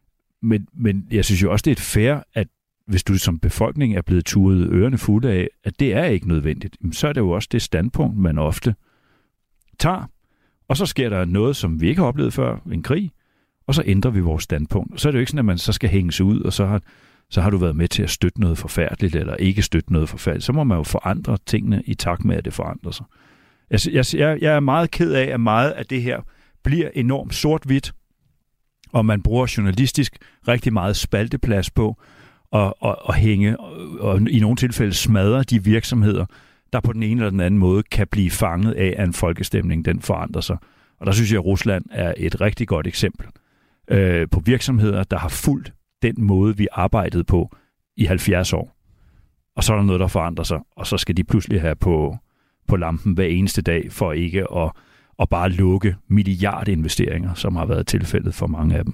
Men jeg synes jo også, det er fair, at hvis du som befolkning er blevet turet ørerne fulde af, at det er ikke nødvendigt, så er det jo også det standpunkt, man ofte tager. Og så sker der noget, som vi ikke har oplevet før, en krig, og så ændrer vi vores standpunkt. Så er det jo ikke sådan, at man så skal hænge sig ud, og så har du været med til at støtte noget forfærdeligt, eller ikke støtte noget forfærdeligt. Så må man jo forandre tingene i takt med, at det forandrer sig. Jeg er meget ked af, at meget af det her bliver enormt sort-hvidt, og man bruger journalistisk rigtig meget spalteplads på at hænge, og i nogle tilfælde smadre de virksomheder, der på den ene eller den anden måde kan blive fanget af, at en folkestemning den forandrer sig. Og der synes jeg, at Rusland er et rigtig godt eksempel på virksomheder, der har fulgt den måde, vi arbejdede på i 70 år. Og så er der noget, der forandrer sig, og så skal de pludselig have på lampen hver eneste dag, for ikke at bare lukke milliardinvesteringer, som har været tilfældet for mange af dem.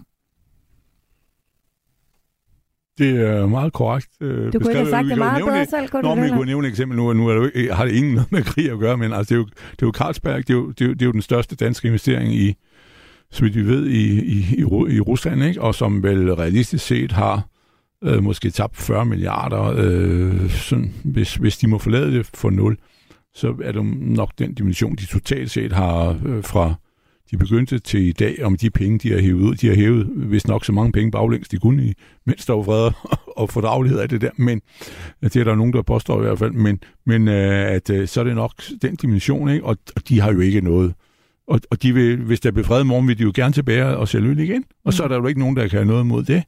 Det er meget korrekt. Du kunne have sagt det meget bedre selv. Vi kunne nævne et eksempel nu har det ingen noget med krig at gøre, men altså, det er jo Carlsberg, det er jo den største danske investering i, så vidt vi ved, i Rusland, ikke? Og som vel realistisk set har måske tabt 40 milliarder, sådan, hvis de må forlade det for 0, så er det nok den dimension, de totalt set har fra de begyndte til i dag, om de penge, de har hævet ud. De har hævet, hvis nok så mange penge baglæns, de kunne, mens der var fred og fordragelighed af det der. Men det er der nogen, der påstår i hvert fald. Men at så er det nok den dimension, ikke? Og de har jo ikke noget. Og de vil, hvis der bliver fred i morgen, vil de jo gerne tilbage og sælge øl igen. Og så er der jo ikke nogen, der kan have noget mod det.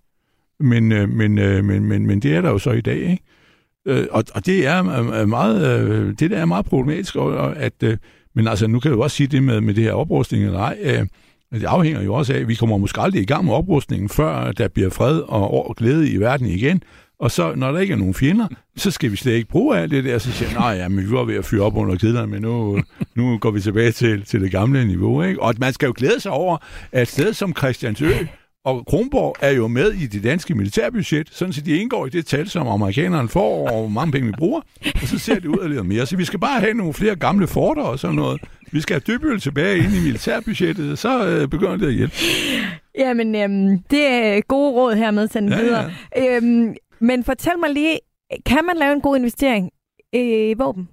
Men det er der jo så i dag, ikke? Og det er meget, det der er meget problematisk, men altså, nu kan jeg jo også sige det med det her oprustning eller ej. Det afhænger jo også af, at vi kommer måske aldrig i gang med oprustningen, før der bliver fred og glæde i verden igen. Og så, når der ikke er nogen fjender, så skal vi slet ikke bruge alt det der. Så siger nej, ja, men vi var ved at fyre op under kedlerne, men nu går vi tilbage til det gamle niveau, ikke? Og man skal jo glæde sig over, at et sted som Christiansø og Kronborg er jo med i det danske militærbudget, sådan så de indgår i det tal, som amerikanerne får, og hvor mange penge vi bruger, og så ser det ud af lidt mere. Så vi skal bare have nogle flere gamle forter og sådan noget. Vi skal have Dybbøl tilbage ind i militærbudgettet, så begynder det at hjælpe. Jamen, det er gode råd her med sådan videre. Ja. Men fortæl mig lige, kan man lave en god investering i våben?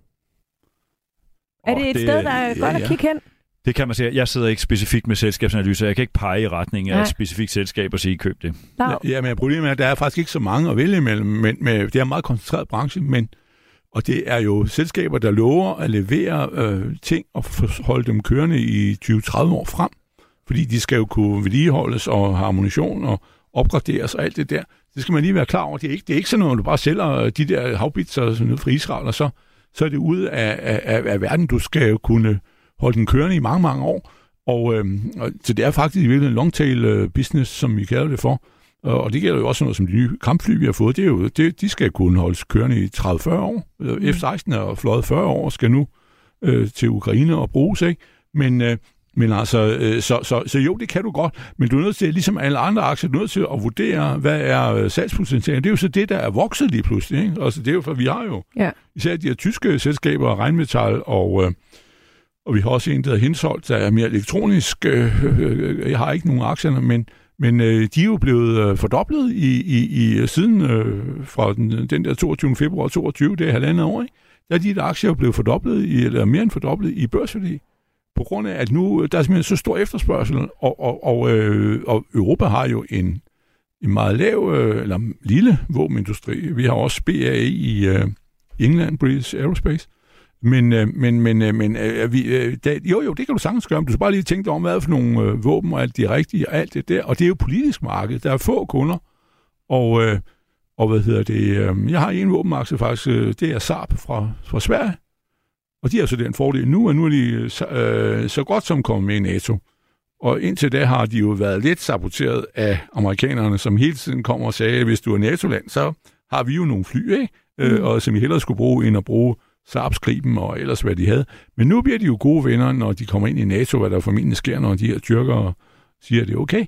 Er det et sted, der er godt at kigge hen? Det kan man sige. Jeg sidder ikke specifikt med selskabsanalyser. Jeg kan ikke pege i retning af et specifikt selskab og sige, køb det. Ja, men problemet er, at der er faktisk ikke så mange at vælge imellem. Men det er en meget koncentreret branche, og det er jo selskaber, der lover at levere ting og holde dem kørende i 20-30 år frem. Fordi de skal jo kunne vedligeholdes og have ammunition og opgraderes og alt det der. Det skal man lige være klar over. Det er ikke sådan noget, at du bare sælger de der havbitser sådan noget fra Israel, og så er det ude af verden. Du skal jo kunne holde den kørende i mange, mange år. Og så det er faktisk virkelig en long-tail business, som vi kalder det for. Og det gælder jo også noget som de nye kampfly, vi har fået. Det er jo, de skal kunne holdes kørende i 30-40 år. F-16 er fløjet 40 år og skal nu til Ukraine og bruges, ikke? Men altså, så jo, det kan du godt, men du er nødt til, ligesom alle andre aktier, du er nødt til at vurdere, hvad er salgspotentialet. Det er jo så det, der er vokset lige pludselig, ikke? Altså, det er jo, for vi har jo især de her tyske selskaber, Rheinmetall, og vi har også en, der hedder Hensoldt, der er mere elektronisk. Jeg har ikke nogen aktier, men de er jo blevet fordoblet i siden fra den der 22. februar 22, det er 1,5 år, ikke? Der er de der aktier blevet fordoblet, eller mere end fordoblet i børsværdi. På grund af, at nu der er simpelthen så stor efterspørgsel, og Europa har jo en meget lav, eller lille våbenindustri. Vi har også BAE i England, British Aerospace. Men jo, det kan du sagtens gøre, men du skal bare lige tænke dig om, hvad er for nogle våben og alt det rigtige og alt det der. Og det er jo politisk marked. Der er få kunder. Og hvad hedder det? Jeg har en våbenaktie faktisk, det er Saab fra Sverige. Og de har så den fordel nu, og nu er de så godt som kommet med i NATO. Og indtil da har de jo været lidt saboteret af amerikanerne, som hele tiden kommer og sagde, at hvis du er NATO-land, så har vi jo nogle fly, ikke? Og som vi hellere skulle bruge, end at bruge Saabs Gripen og ellers hvad de havde. Men nu bliver de jo gode venner, når de kommer ind i NATO, hvad der formentlig sker, når de her tyrkere siger, at det er okay.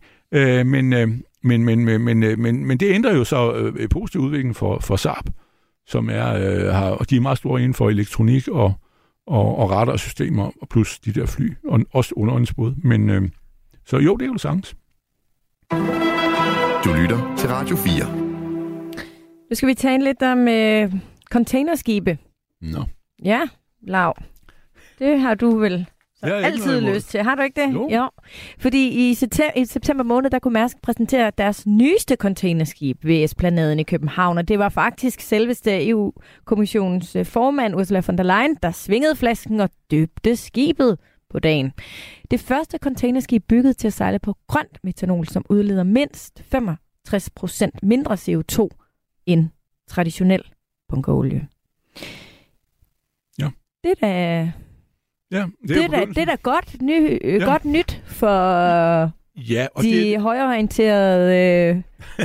Men det ændrer jo så positiv udvikling for Saab, som og de er meget store inden for elektronik og radarsystemer, og plus de der fly, og også undervandsbåd. Men så jo, det er jo sagtens. Du lytter til Radio 4. Nu skal vi tale lidt om containerskibe. Nå. Ja, Lau. Det har du vel altid lyst til. Har du ikke det? Jo. Fordi i september måned, der kunne Mærsk præsentere deres nyeste containerskib ved Esplanaden i København, og det var faktisk selveste EU-kommissionens formand, Ursula von der Leyen, der svingede flasken og døbte skibet på dagen. Det første containerskib bygget til at sejle på grønt metanol, som udleder mindst 65% mindre CO2 end traditionel bunkerolie. Ja. Det er da... Ja, det er da godt nyt for og de højreorienterede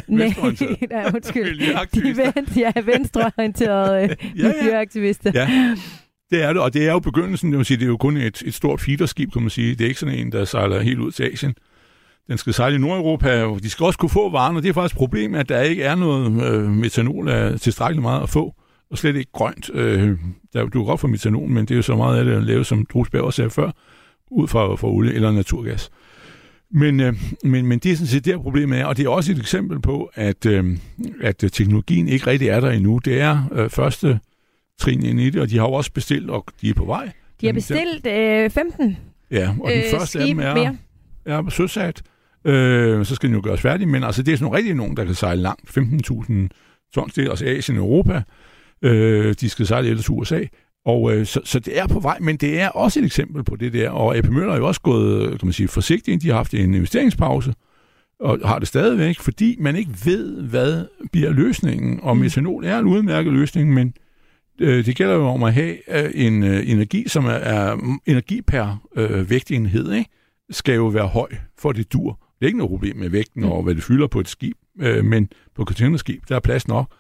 venstreorienterede miljøaktivister. Ja, det er det, og det er jo begyndelsen, det er jo kun et stort feederskib, kan man sige. Det er ikke sådan en, der sejler helt ud til Asien. Den skal sejle i Nordeuropa, og de skal også kunne få varen, og det er faktisk et problem, at der ikke er noget metanol af tilstrækkeligt meget at få. Og slet ikke grønt. Du kan godt få metanol, men det er jo så meget af det at lave, som Drusberg også sagde før, ud fra olie eller naturgas. Men det er sådan set der problemet er, og det er også et eksempel på, at teknologien ikke rigtig er der endnu. Det er første trin ind i det, og de har jo også bestilt, og de er på vej. De har bestilt 15 ja, og den første af dem er søsat. Så skal den jo gøres færdig, men altså, det er sådan rigtig nogen, der kan sejle langt. 15.000 tons, det er også Asien og Europa. De skal sejle ellers USA. Og så det er på vej, men det er også et eksempel på det der. Og AP Møller er jo også gået, kan man sige, forsigtigt. De har haft en investeringspause, og har det stadigvæk, fordi man ikke ved, hvad bliver løsningen. Og metanol er en udmærket løsning, men det gælder jo om at have en energi, som er energi per vægtenhed, ikke? Skal jo være høj, for det dur. Det er ikke noget problem med vægten og hvad det fylder på et skib, men på containerskib, der er plads nok.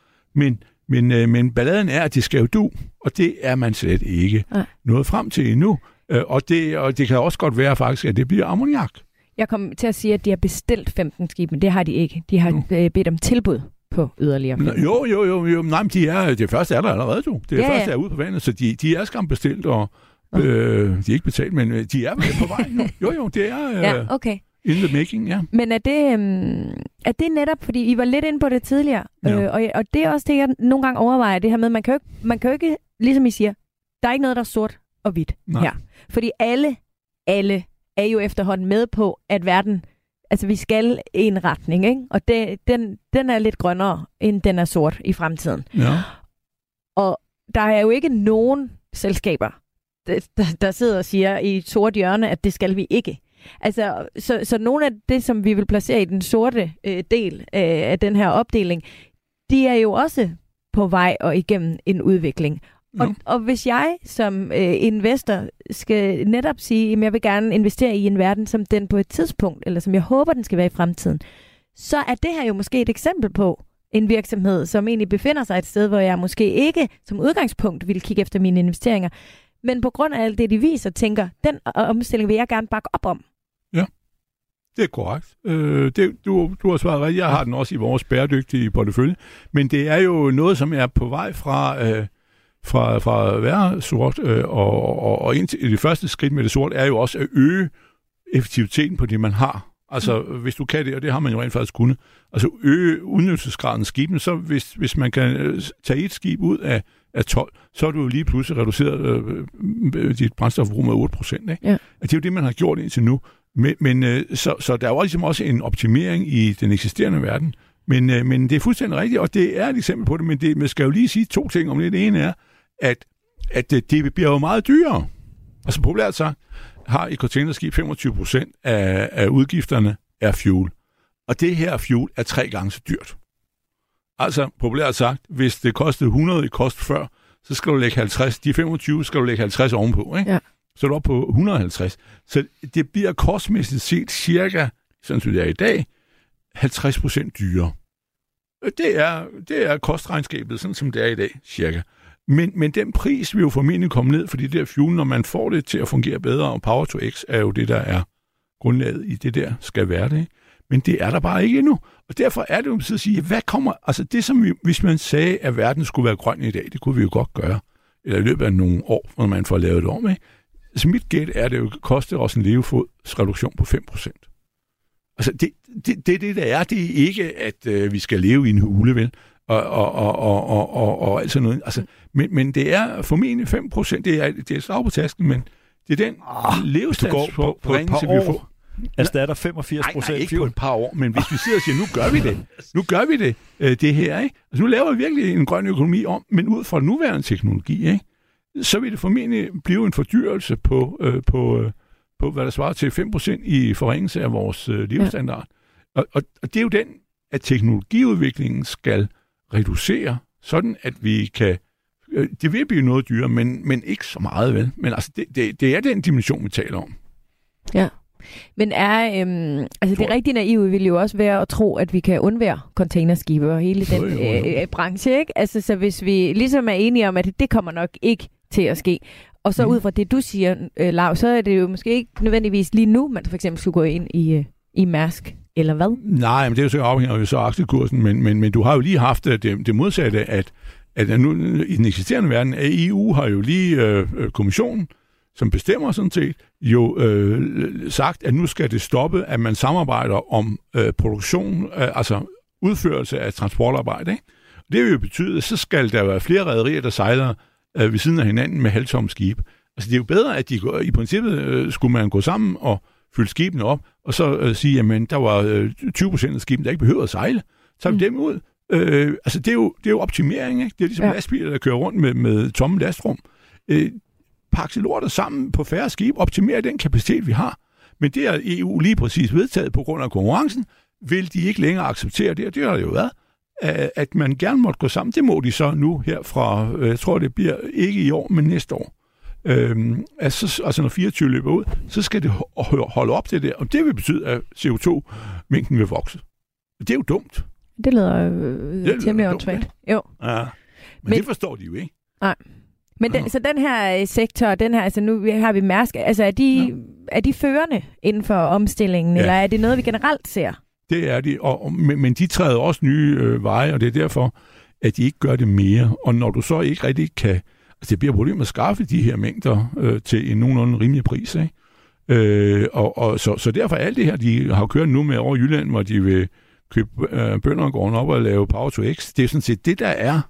Men balladen er, at det skal jo du, og det er man slet ikke nået frem til endnu. Og det kan også godt være faktisk, at det bliver ammoniak. Jeg kom til at sige, at de har bestilt 15 skib, men det har de ikke. De har bedt om tilbud på yderligere 15. Jo. Nej, men det første er der allerede, du. Det første er ude på vandet, så de er skam bestilt, og de er ikke betalt, men de er på vej nu. Jo, det er... okay. In the making, ja. Men er det netop, fordi I var lidt inde på det tidligere, og det er også det, jeg nogle gange overvejer, det her med, man kan jo ikke, ligesom I siger, der er ikke noget, der er sort og hvidt her. Fordi alle er jo efterhånden med på, at verden, altså vi skal i en retning, ikke? Og den er lidt grønnere, end den er sort i fremtiden. Ja. Og der er jo ikke nogen selskaber, der sidder og siger i et sort hjørne, at det skal vi ikke. Altså, så nogle af det, som vi vil placere i den sorte del af den her opdeling, de er jo også på vej og igennem en udvikling. Og hvis jeg som investor skal netop sige, at jeg vil gerne investere i en verden, som den på et tidspunkt, eller som jeg håber, den skal være i fremtiden, så er det her jo måske et eksempel på en virksomhed, som egentlig befinder sig et sted, hvor jeg måske ikke som udgangspunkt vil kigge efter mine investeringer, men på grund af alt det, de viser, tænker, den omstilling vil jeg gerne bakke op om. Ja, det er korrekt. Du har svaret rigtigt. Jeg har den også i vores bæredygtige portefølje. Men det er jo noget, som er på vej fra at være sort, og det første skridt med det sort er jo også at øge effektiviteten på det, man har. Altså, hvis du kan det, og det har man jo rent faktisk kunnet, altså øge udnyttelsesgraden af skibene, så hvis man kan tage et skib ud af 12, så har du jo lige pludselig reduceret dit brændstofforbrug med 8%. Ikke? Ja. Det er jo det, man har gjort indtil nu. Så der er jo ligesom også en optimering i den eksisterende verden. Men det er fuldstændig rigtigt, og det er et eksempel på det, men man skal jo lige sige to ting om det. Det ene er, at det bliver jo meget dyrere. Altså populært sagt, har et containerskib 25% af udgifterne er fuel. Og det her fuel er 3 gange så dyrt. Altså, populært sagt, hvis det kostede 100 i kost før, så skal du lægge 50. De 25 skal du lægge 50 ovenpå, ikke? Ja. Så er du oppe på 150. Så det bliver kostmæssigt set cirka, sådan som det er i dag, 50% dyrere. Det er kostregnskabet, sådan som det er i dag, cirka. Men den pris vil jo formentlig komme ned, fordi det der fuel, når man får det til at fungere bedre, og Power to X er jo det, der er grundlaget i det der, skal være det. Men det er der bare ikke endnu. Og derfor er det jo at sige, hvad kommer... Altså det, som hvis man sagde, at verden skulle være grøn i dag, det kunne vi jo godt gøre. Eller i løbet af nogle år, når man får lavet det om, ikke? Så mit gæt er, at det jo koster også en levefodsreduktion på 5%. Altså det der er, det er ikke, at vi skal leve i en hule, vel? Og alt sådan noget. Altså, men det er formentlig 5%. Det er slag på tasken, men Det er den levestandsforringelse, vi får. Erstatter 85%. Nej, ikke på et par år, men hvis vi sidder og siger, nu gør vi det, det her, ikke? Altså, nu laver vi virkelig en grøn økonomi om, men ud fra nuværende teknologi, ikke? Så vil det formentlig blive en fordyrelse på hvad der svarer til 5% i forringelse af vores levestandard. Ja. Og det er jo den, at teknologiudviklingen skal reducere, sådan at vi kan... Det vil blive noget dyrere, men ikke så meget, vel? Men altså, det er den dimension, vi taler om. Ja. Men det rigtig naive vil jo også være at tro, at vi kan undvære containerskibe og hele den branche, ikke? Altså, så hvis vi ligesom er enige om, at det kommer nok ikke til at ske, og så ud fra det, du siger, Lau, så er det jo måske ikke nødvendigvis lige nu, man for eksempel skulle gå ind i Mærsk, eller hvad? Nej, men det er jo så afhængigt af så aktiekursen, men du har jo lige haft det modsatte, at nu i den eksisterende verden, at EU har jo lige kommissionen, som bestemmer sådan set, jo sagt, at nu skal det stoppe, at man samarbejder om produktion, altså udførelse af transportarbejde. Ikke? Det vil jo betyde, at så skal der være flere rederier, der sejler ved siden af hinanden med halvtomme skibe. Altså det er jo bedre, at de i princippet skulle man gå sammen og fylde skibene op, og så sige, jamen der var 20% af skibene, der ikke behøver at sejle. Så tager vi dem ud. Altså det er jo optimering, ikke? Det er ligesom lastbiler, der kører rundt med tomme lastrum. Pakke lortet sammen på færre skib, optimere den kapacitet, vi har. Men det er EU lige præcis vedtaget på grund af konkurrencen, vil de ikke længere acceptere det, og det har det jo været, at man gerne måtte gå sammen. Det må de så nu her fra, jeg tror det bliver ikke i år, men næste år. Altså når 24 løber ud, så skal det holde op det der, og det vil betyde, at CO2-mængden vil vokse. Det er jo dumt. Det lyder temmelig åndssvagt. Jo. Ja, men det forstår de jo ikke. Nej. Men så den her sektor, altså nu har vi Mærsk, altså er de førende inden for omstillingen, eller er det noget, vi generelt ser? Det er de, men de træder også nye veje, og det er derfor, at de ikke gør det mere. Og når du så ikke rigtig kan... Altså det bliver et problem at skaffe de her mængder til en nogenlunde rimelig pris, ikke? Så derfor alt det her, de har kørt nu med over Jylland, hvor de vil købe bøndergården op og lave Power to X. Det er sådan set det, der er...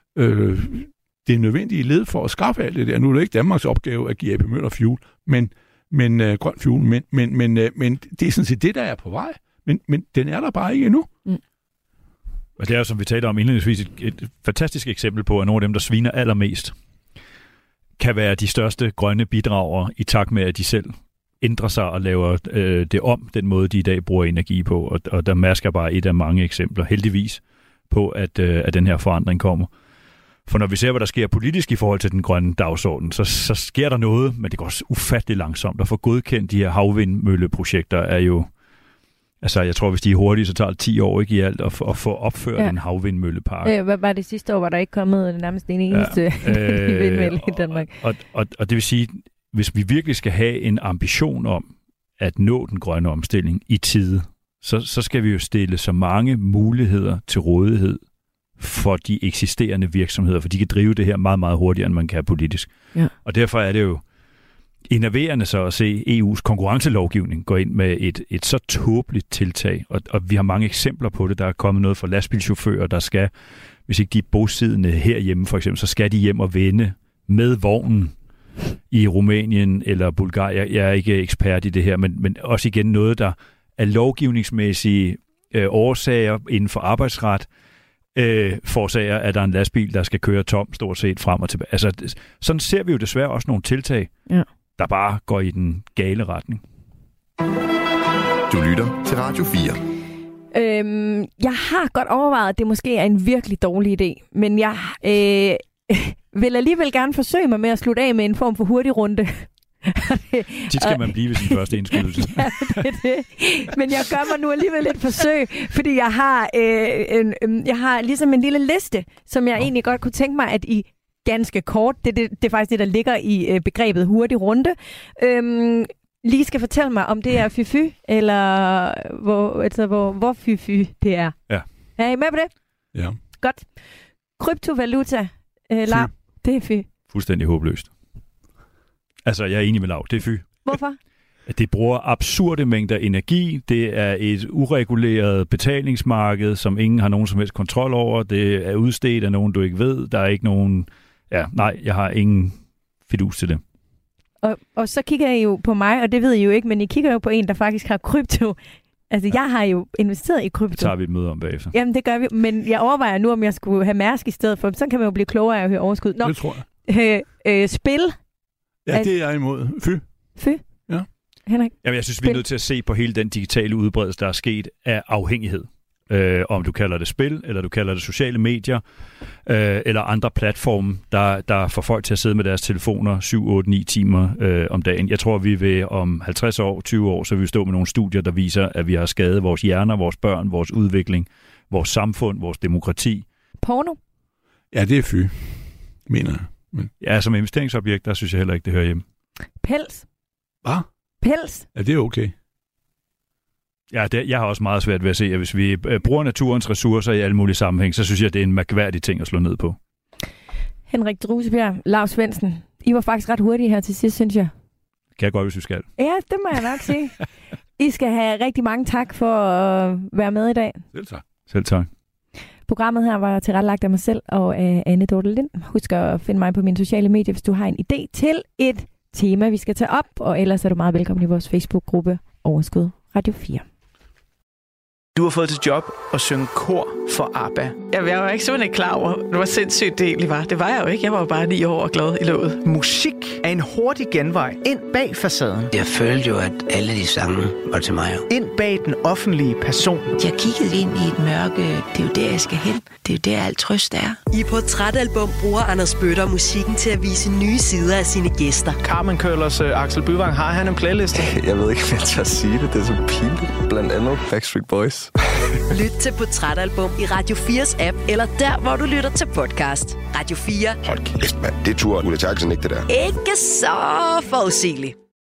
det nødvendige led for at skaffe alt det der. Nu er det ikke Danmarks opgave at give AP Møller fuel, men grøn fuel, men det er sådan set det, der er på vej. Men den er der bare ikke endnu. Mm. Og det er jo, som vi talte om indledningsvis, et fantastisk eksempel på, at nogle af dem, der sviner allermest, kan være de største grønne bidragere i takt med, at de selv ændrer sig og laver det om, den måde, de i dag bruger energi på. Og der Mærsk er bare et af mange eksempler, heldigvis, på, at den her forandring kommer. For når vi ser, hvad der sker politisk i forhold til den grønne dagsorden, så sker der noget, men det går også ufattelig langsomt. At få godkendt de her havvindmølleprojekter er jo... Altså, jeg tror, hvis de er hurtige, så tager det 10 år ikke i alt at få opført en havvindmøllepark. Hvad var det sidste år, var der ikke kommet nærmest den eneste vindmølle i Danmark? Og det vil sige, hvis vi virkelig skal have en ambition om at nå den grønne omstilling i tide, så skal vi jo stille så mange muligheder til rådighed for de eksisterende virksomheder, for de kan drive det her meget, meget hurtigere, end man kan politisk. Ja. Og derfor er det jo enerverende så at se EU's konkurrencelovgivning gå ind med et så tåbeligt tiltag, og vi har mange eksempler på det. Der er kommet noget for lastbilchauffører, der skal, hvis ikke de er bosiddende herhjemme for eksempel, så skal de hjem og vende med vognen i Rumænien eller Bulgarien. Jeg er ikke ekspert i det her, men også igen noget, der er lovgivningsmæssige årsager inden for arbejdsret, forårsager, at der er en lastbil, der skal køre tom stort set frem og tilbage. Altså, sådan ser vi jo desværre også nogle tiltag, der bare går i den gale retning. Du lytter til Radio 4. Jeg har godt overvejet, at det måske er en virkelig dårlig idé, men jeg vil alligevel gerne forsøge mig med at slutte af med en form for hurtig runde. Tit skal man blive ved sin første indskydelse. Ja, det. Men jeg gør mig nu alligevel et forsøg, fordi jeg har ligesom en lille liste, som jeg egentlig godt kunne tænke mig, at I ganske kort, det er faktisk det, der ligger i begrebet hurtig runde, lige skal fortælle mig, om det er fy-fy, eller hvor fy-fy det er. Ja. Er I med på det? Ja. Godt. Kryptovaluta, Lav, det er fy. Fuldstændig håbløst. Altså, jeg er enig med Lav, det er fy. Hvorfor? Det bruger absurde mængder energi. Det er et ureguleret betalingsmarked, som ingen har nogen som helst kontrol over. Det er udstedt af nogen, du ikke ved. Der er ikke nogen... Ja, nej, jeg har ingen fidus til det. Og så kigger I jo på mig, og det ved I jo ikke, men I kigger jo på en, der faktisk har krypto. Altså, jeg har jo investeret i krypto. Det tager vi et møde om bagefter. Jamen, det gør vi. Men jeg overvejer nu, om jeg skulle have Mærsk i stedet for. Så kan man jo blive klogere af at høre overskud. Det tror jeg. Spil. Ja, det er jeg imod. Fy. Ja. Henrik? Jamen, jeg synes, vi er nødt til at se på hele den digitale udbredelse, der er sket af afhængighed. Om du kalder det spil, eller du kalder det sociale medier, eller andre platforme, der får folk til at sidde med deres telefoner 7, 8, 9 timer om dagen. Jeg tror, vi vil om 50 år, 20 år, så vil vi stå med nogle studier, der viser, at vi har skadet vores hjerner, vores børn, vores udvikling, vores samfund, vores demokrati. Porno? Ja, det er fy, mener jeg. Men... Ja, som investeringsobjekt, der synes jeg heller ikke, det hører hjemme. Pels? Hvad? Pels? Ja, det er okay. Ja, jeg har også meget svært ved at se, at hvis vi bruger naturens ressourcer i alle mulige sammenhæng, så synes jeg, det er en mærkværdig ting at slå ned på. Henrik Drusebjerg, Lars Svendsen, I var faktisk ret hurtige her til sidst, synes jeg. Kan jeg godt, hvis vi skal. Ja, det må jeg nok sige. I skal have rigtig mange tak for at være med i dag. Selv tak. Selv tak. Programmet her var tilrettelagt af mig selv og af Anne Dorte Lind. Husk at finde mig på mine sociale medier, hvis du har en idé til et tema, vi skal tage op. Og ellers er du meget velkommen i vores Facebook-gruppe Overskud Radio 4. Du har fået til job at synge kor for ABBA. Jeg var ikke simpelthen klar over, hvor sindssygt det egentlig var. Det var jeg jo ikke. Jeg var jo bare 9 år og glad i låget. Musik er en hurtig genvej ind bag facaden. Jeg følte jo, at alle de sange var til mig. Ind bag den offentlige person. Jeg kiggede ind i et mørke. Det er jo der, jeg skal hen. Det er jo der, alt trøst er. I Portrætalbum bruger Anders Bøtter musikken til at vise nye sider af sine gæster. Carmen Køllers Axel Byvang, har han en playliste? Jeg ved ikke, hvad jeg tør sige det. Det er så pinligt. Blandt andet Backstreet Boys. Lyt til Portrætalbum i Radio 4's app, eller der, hvor du lytter til podcast. Radio 4. Hold kæft, mand. Det turde Ulla Terkelsen ikke, det der. Ikke så forudsigeligt.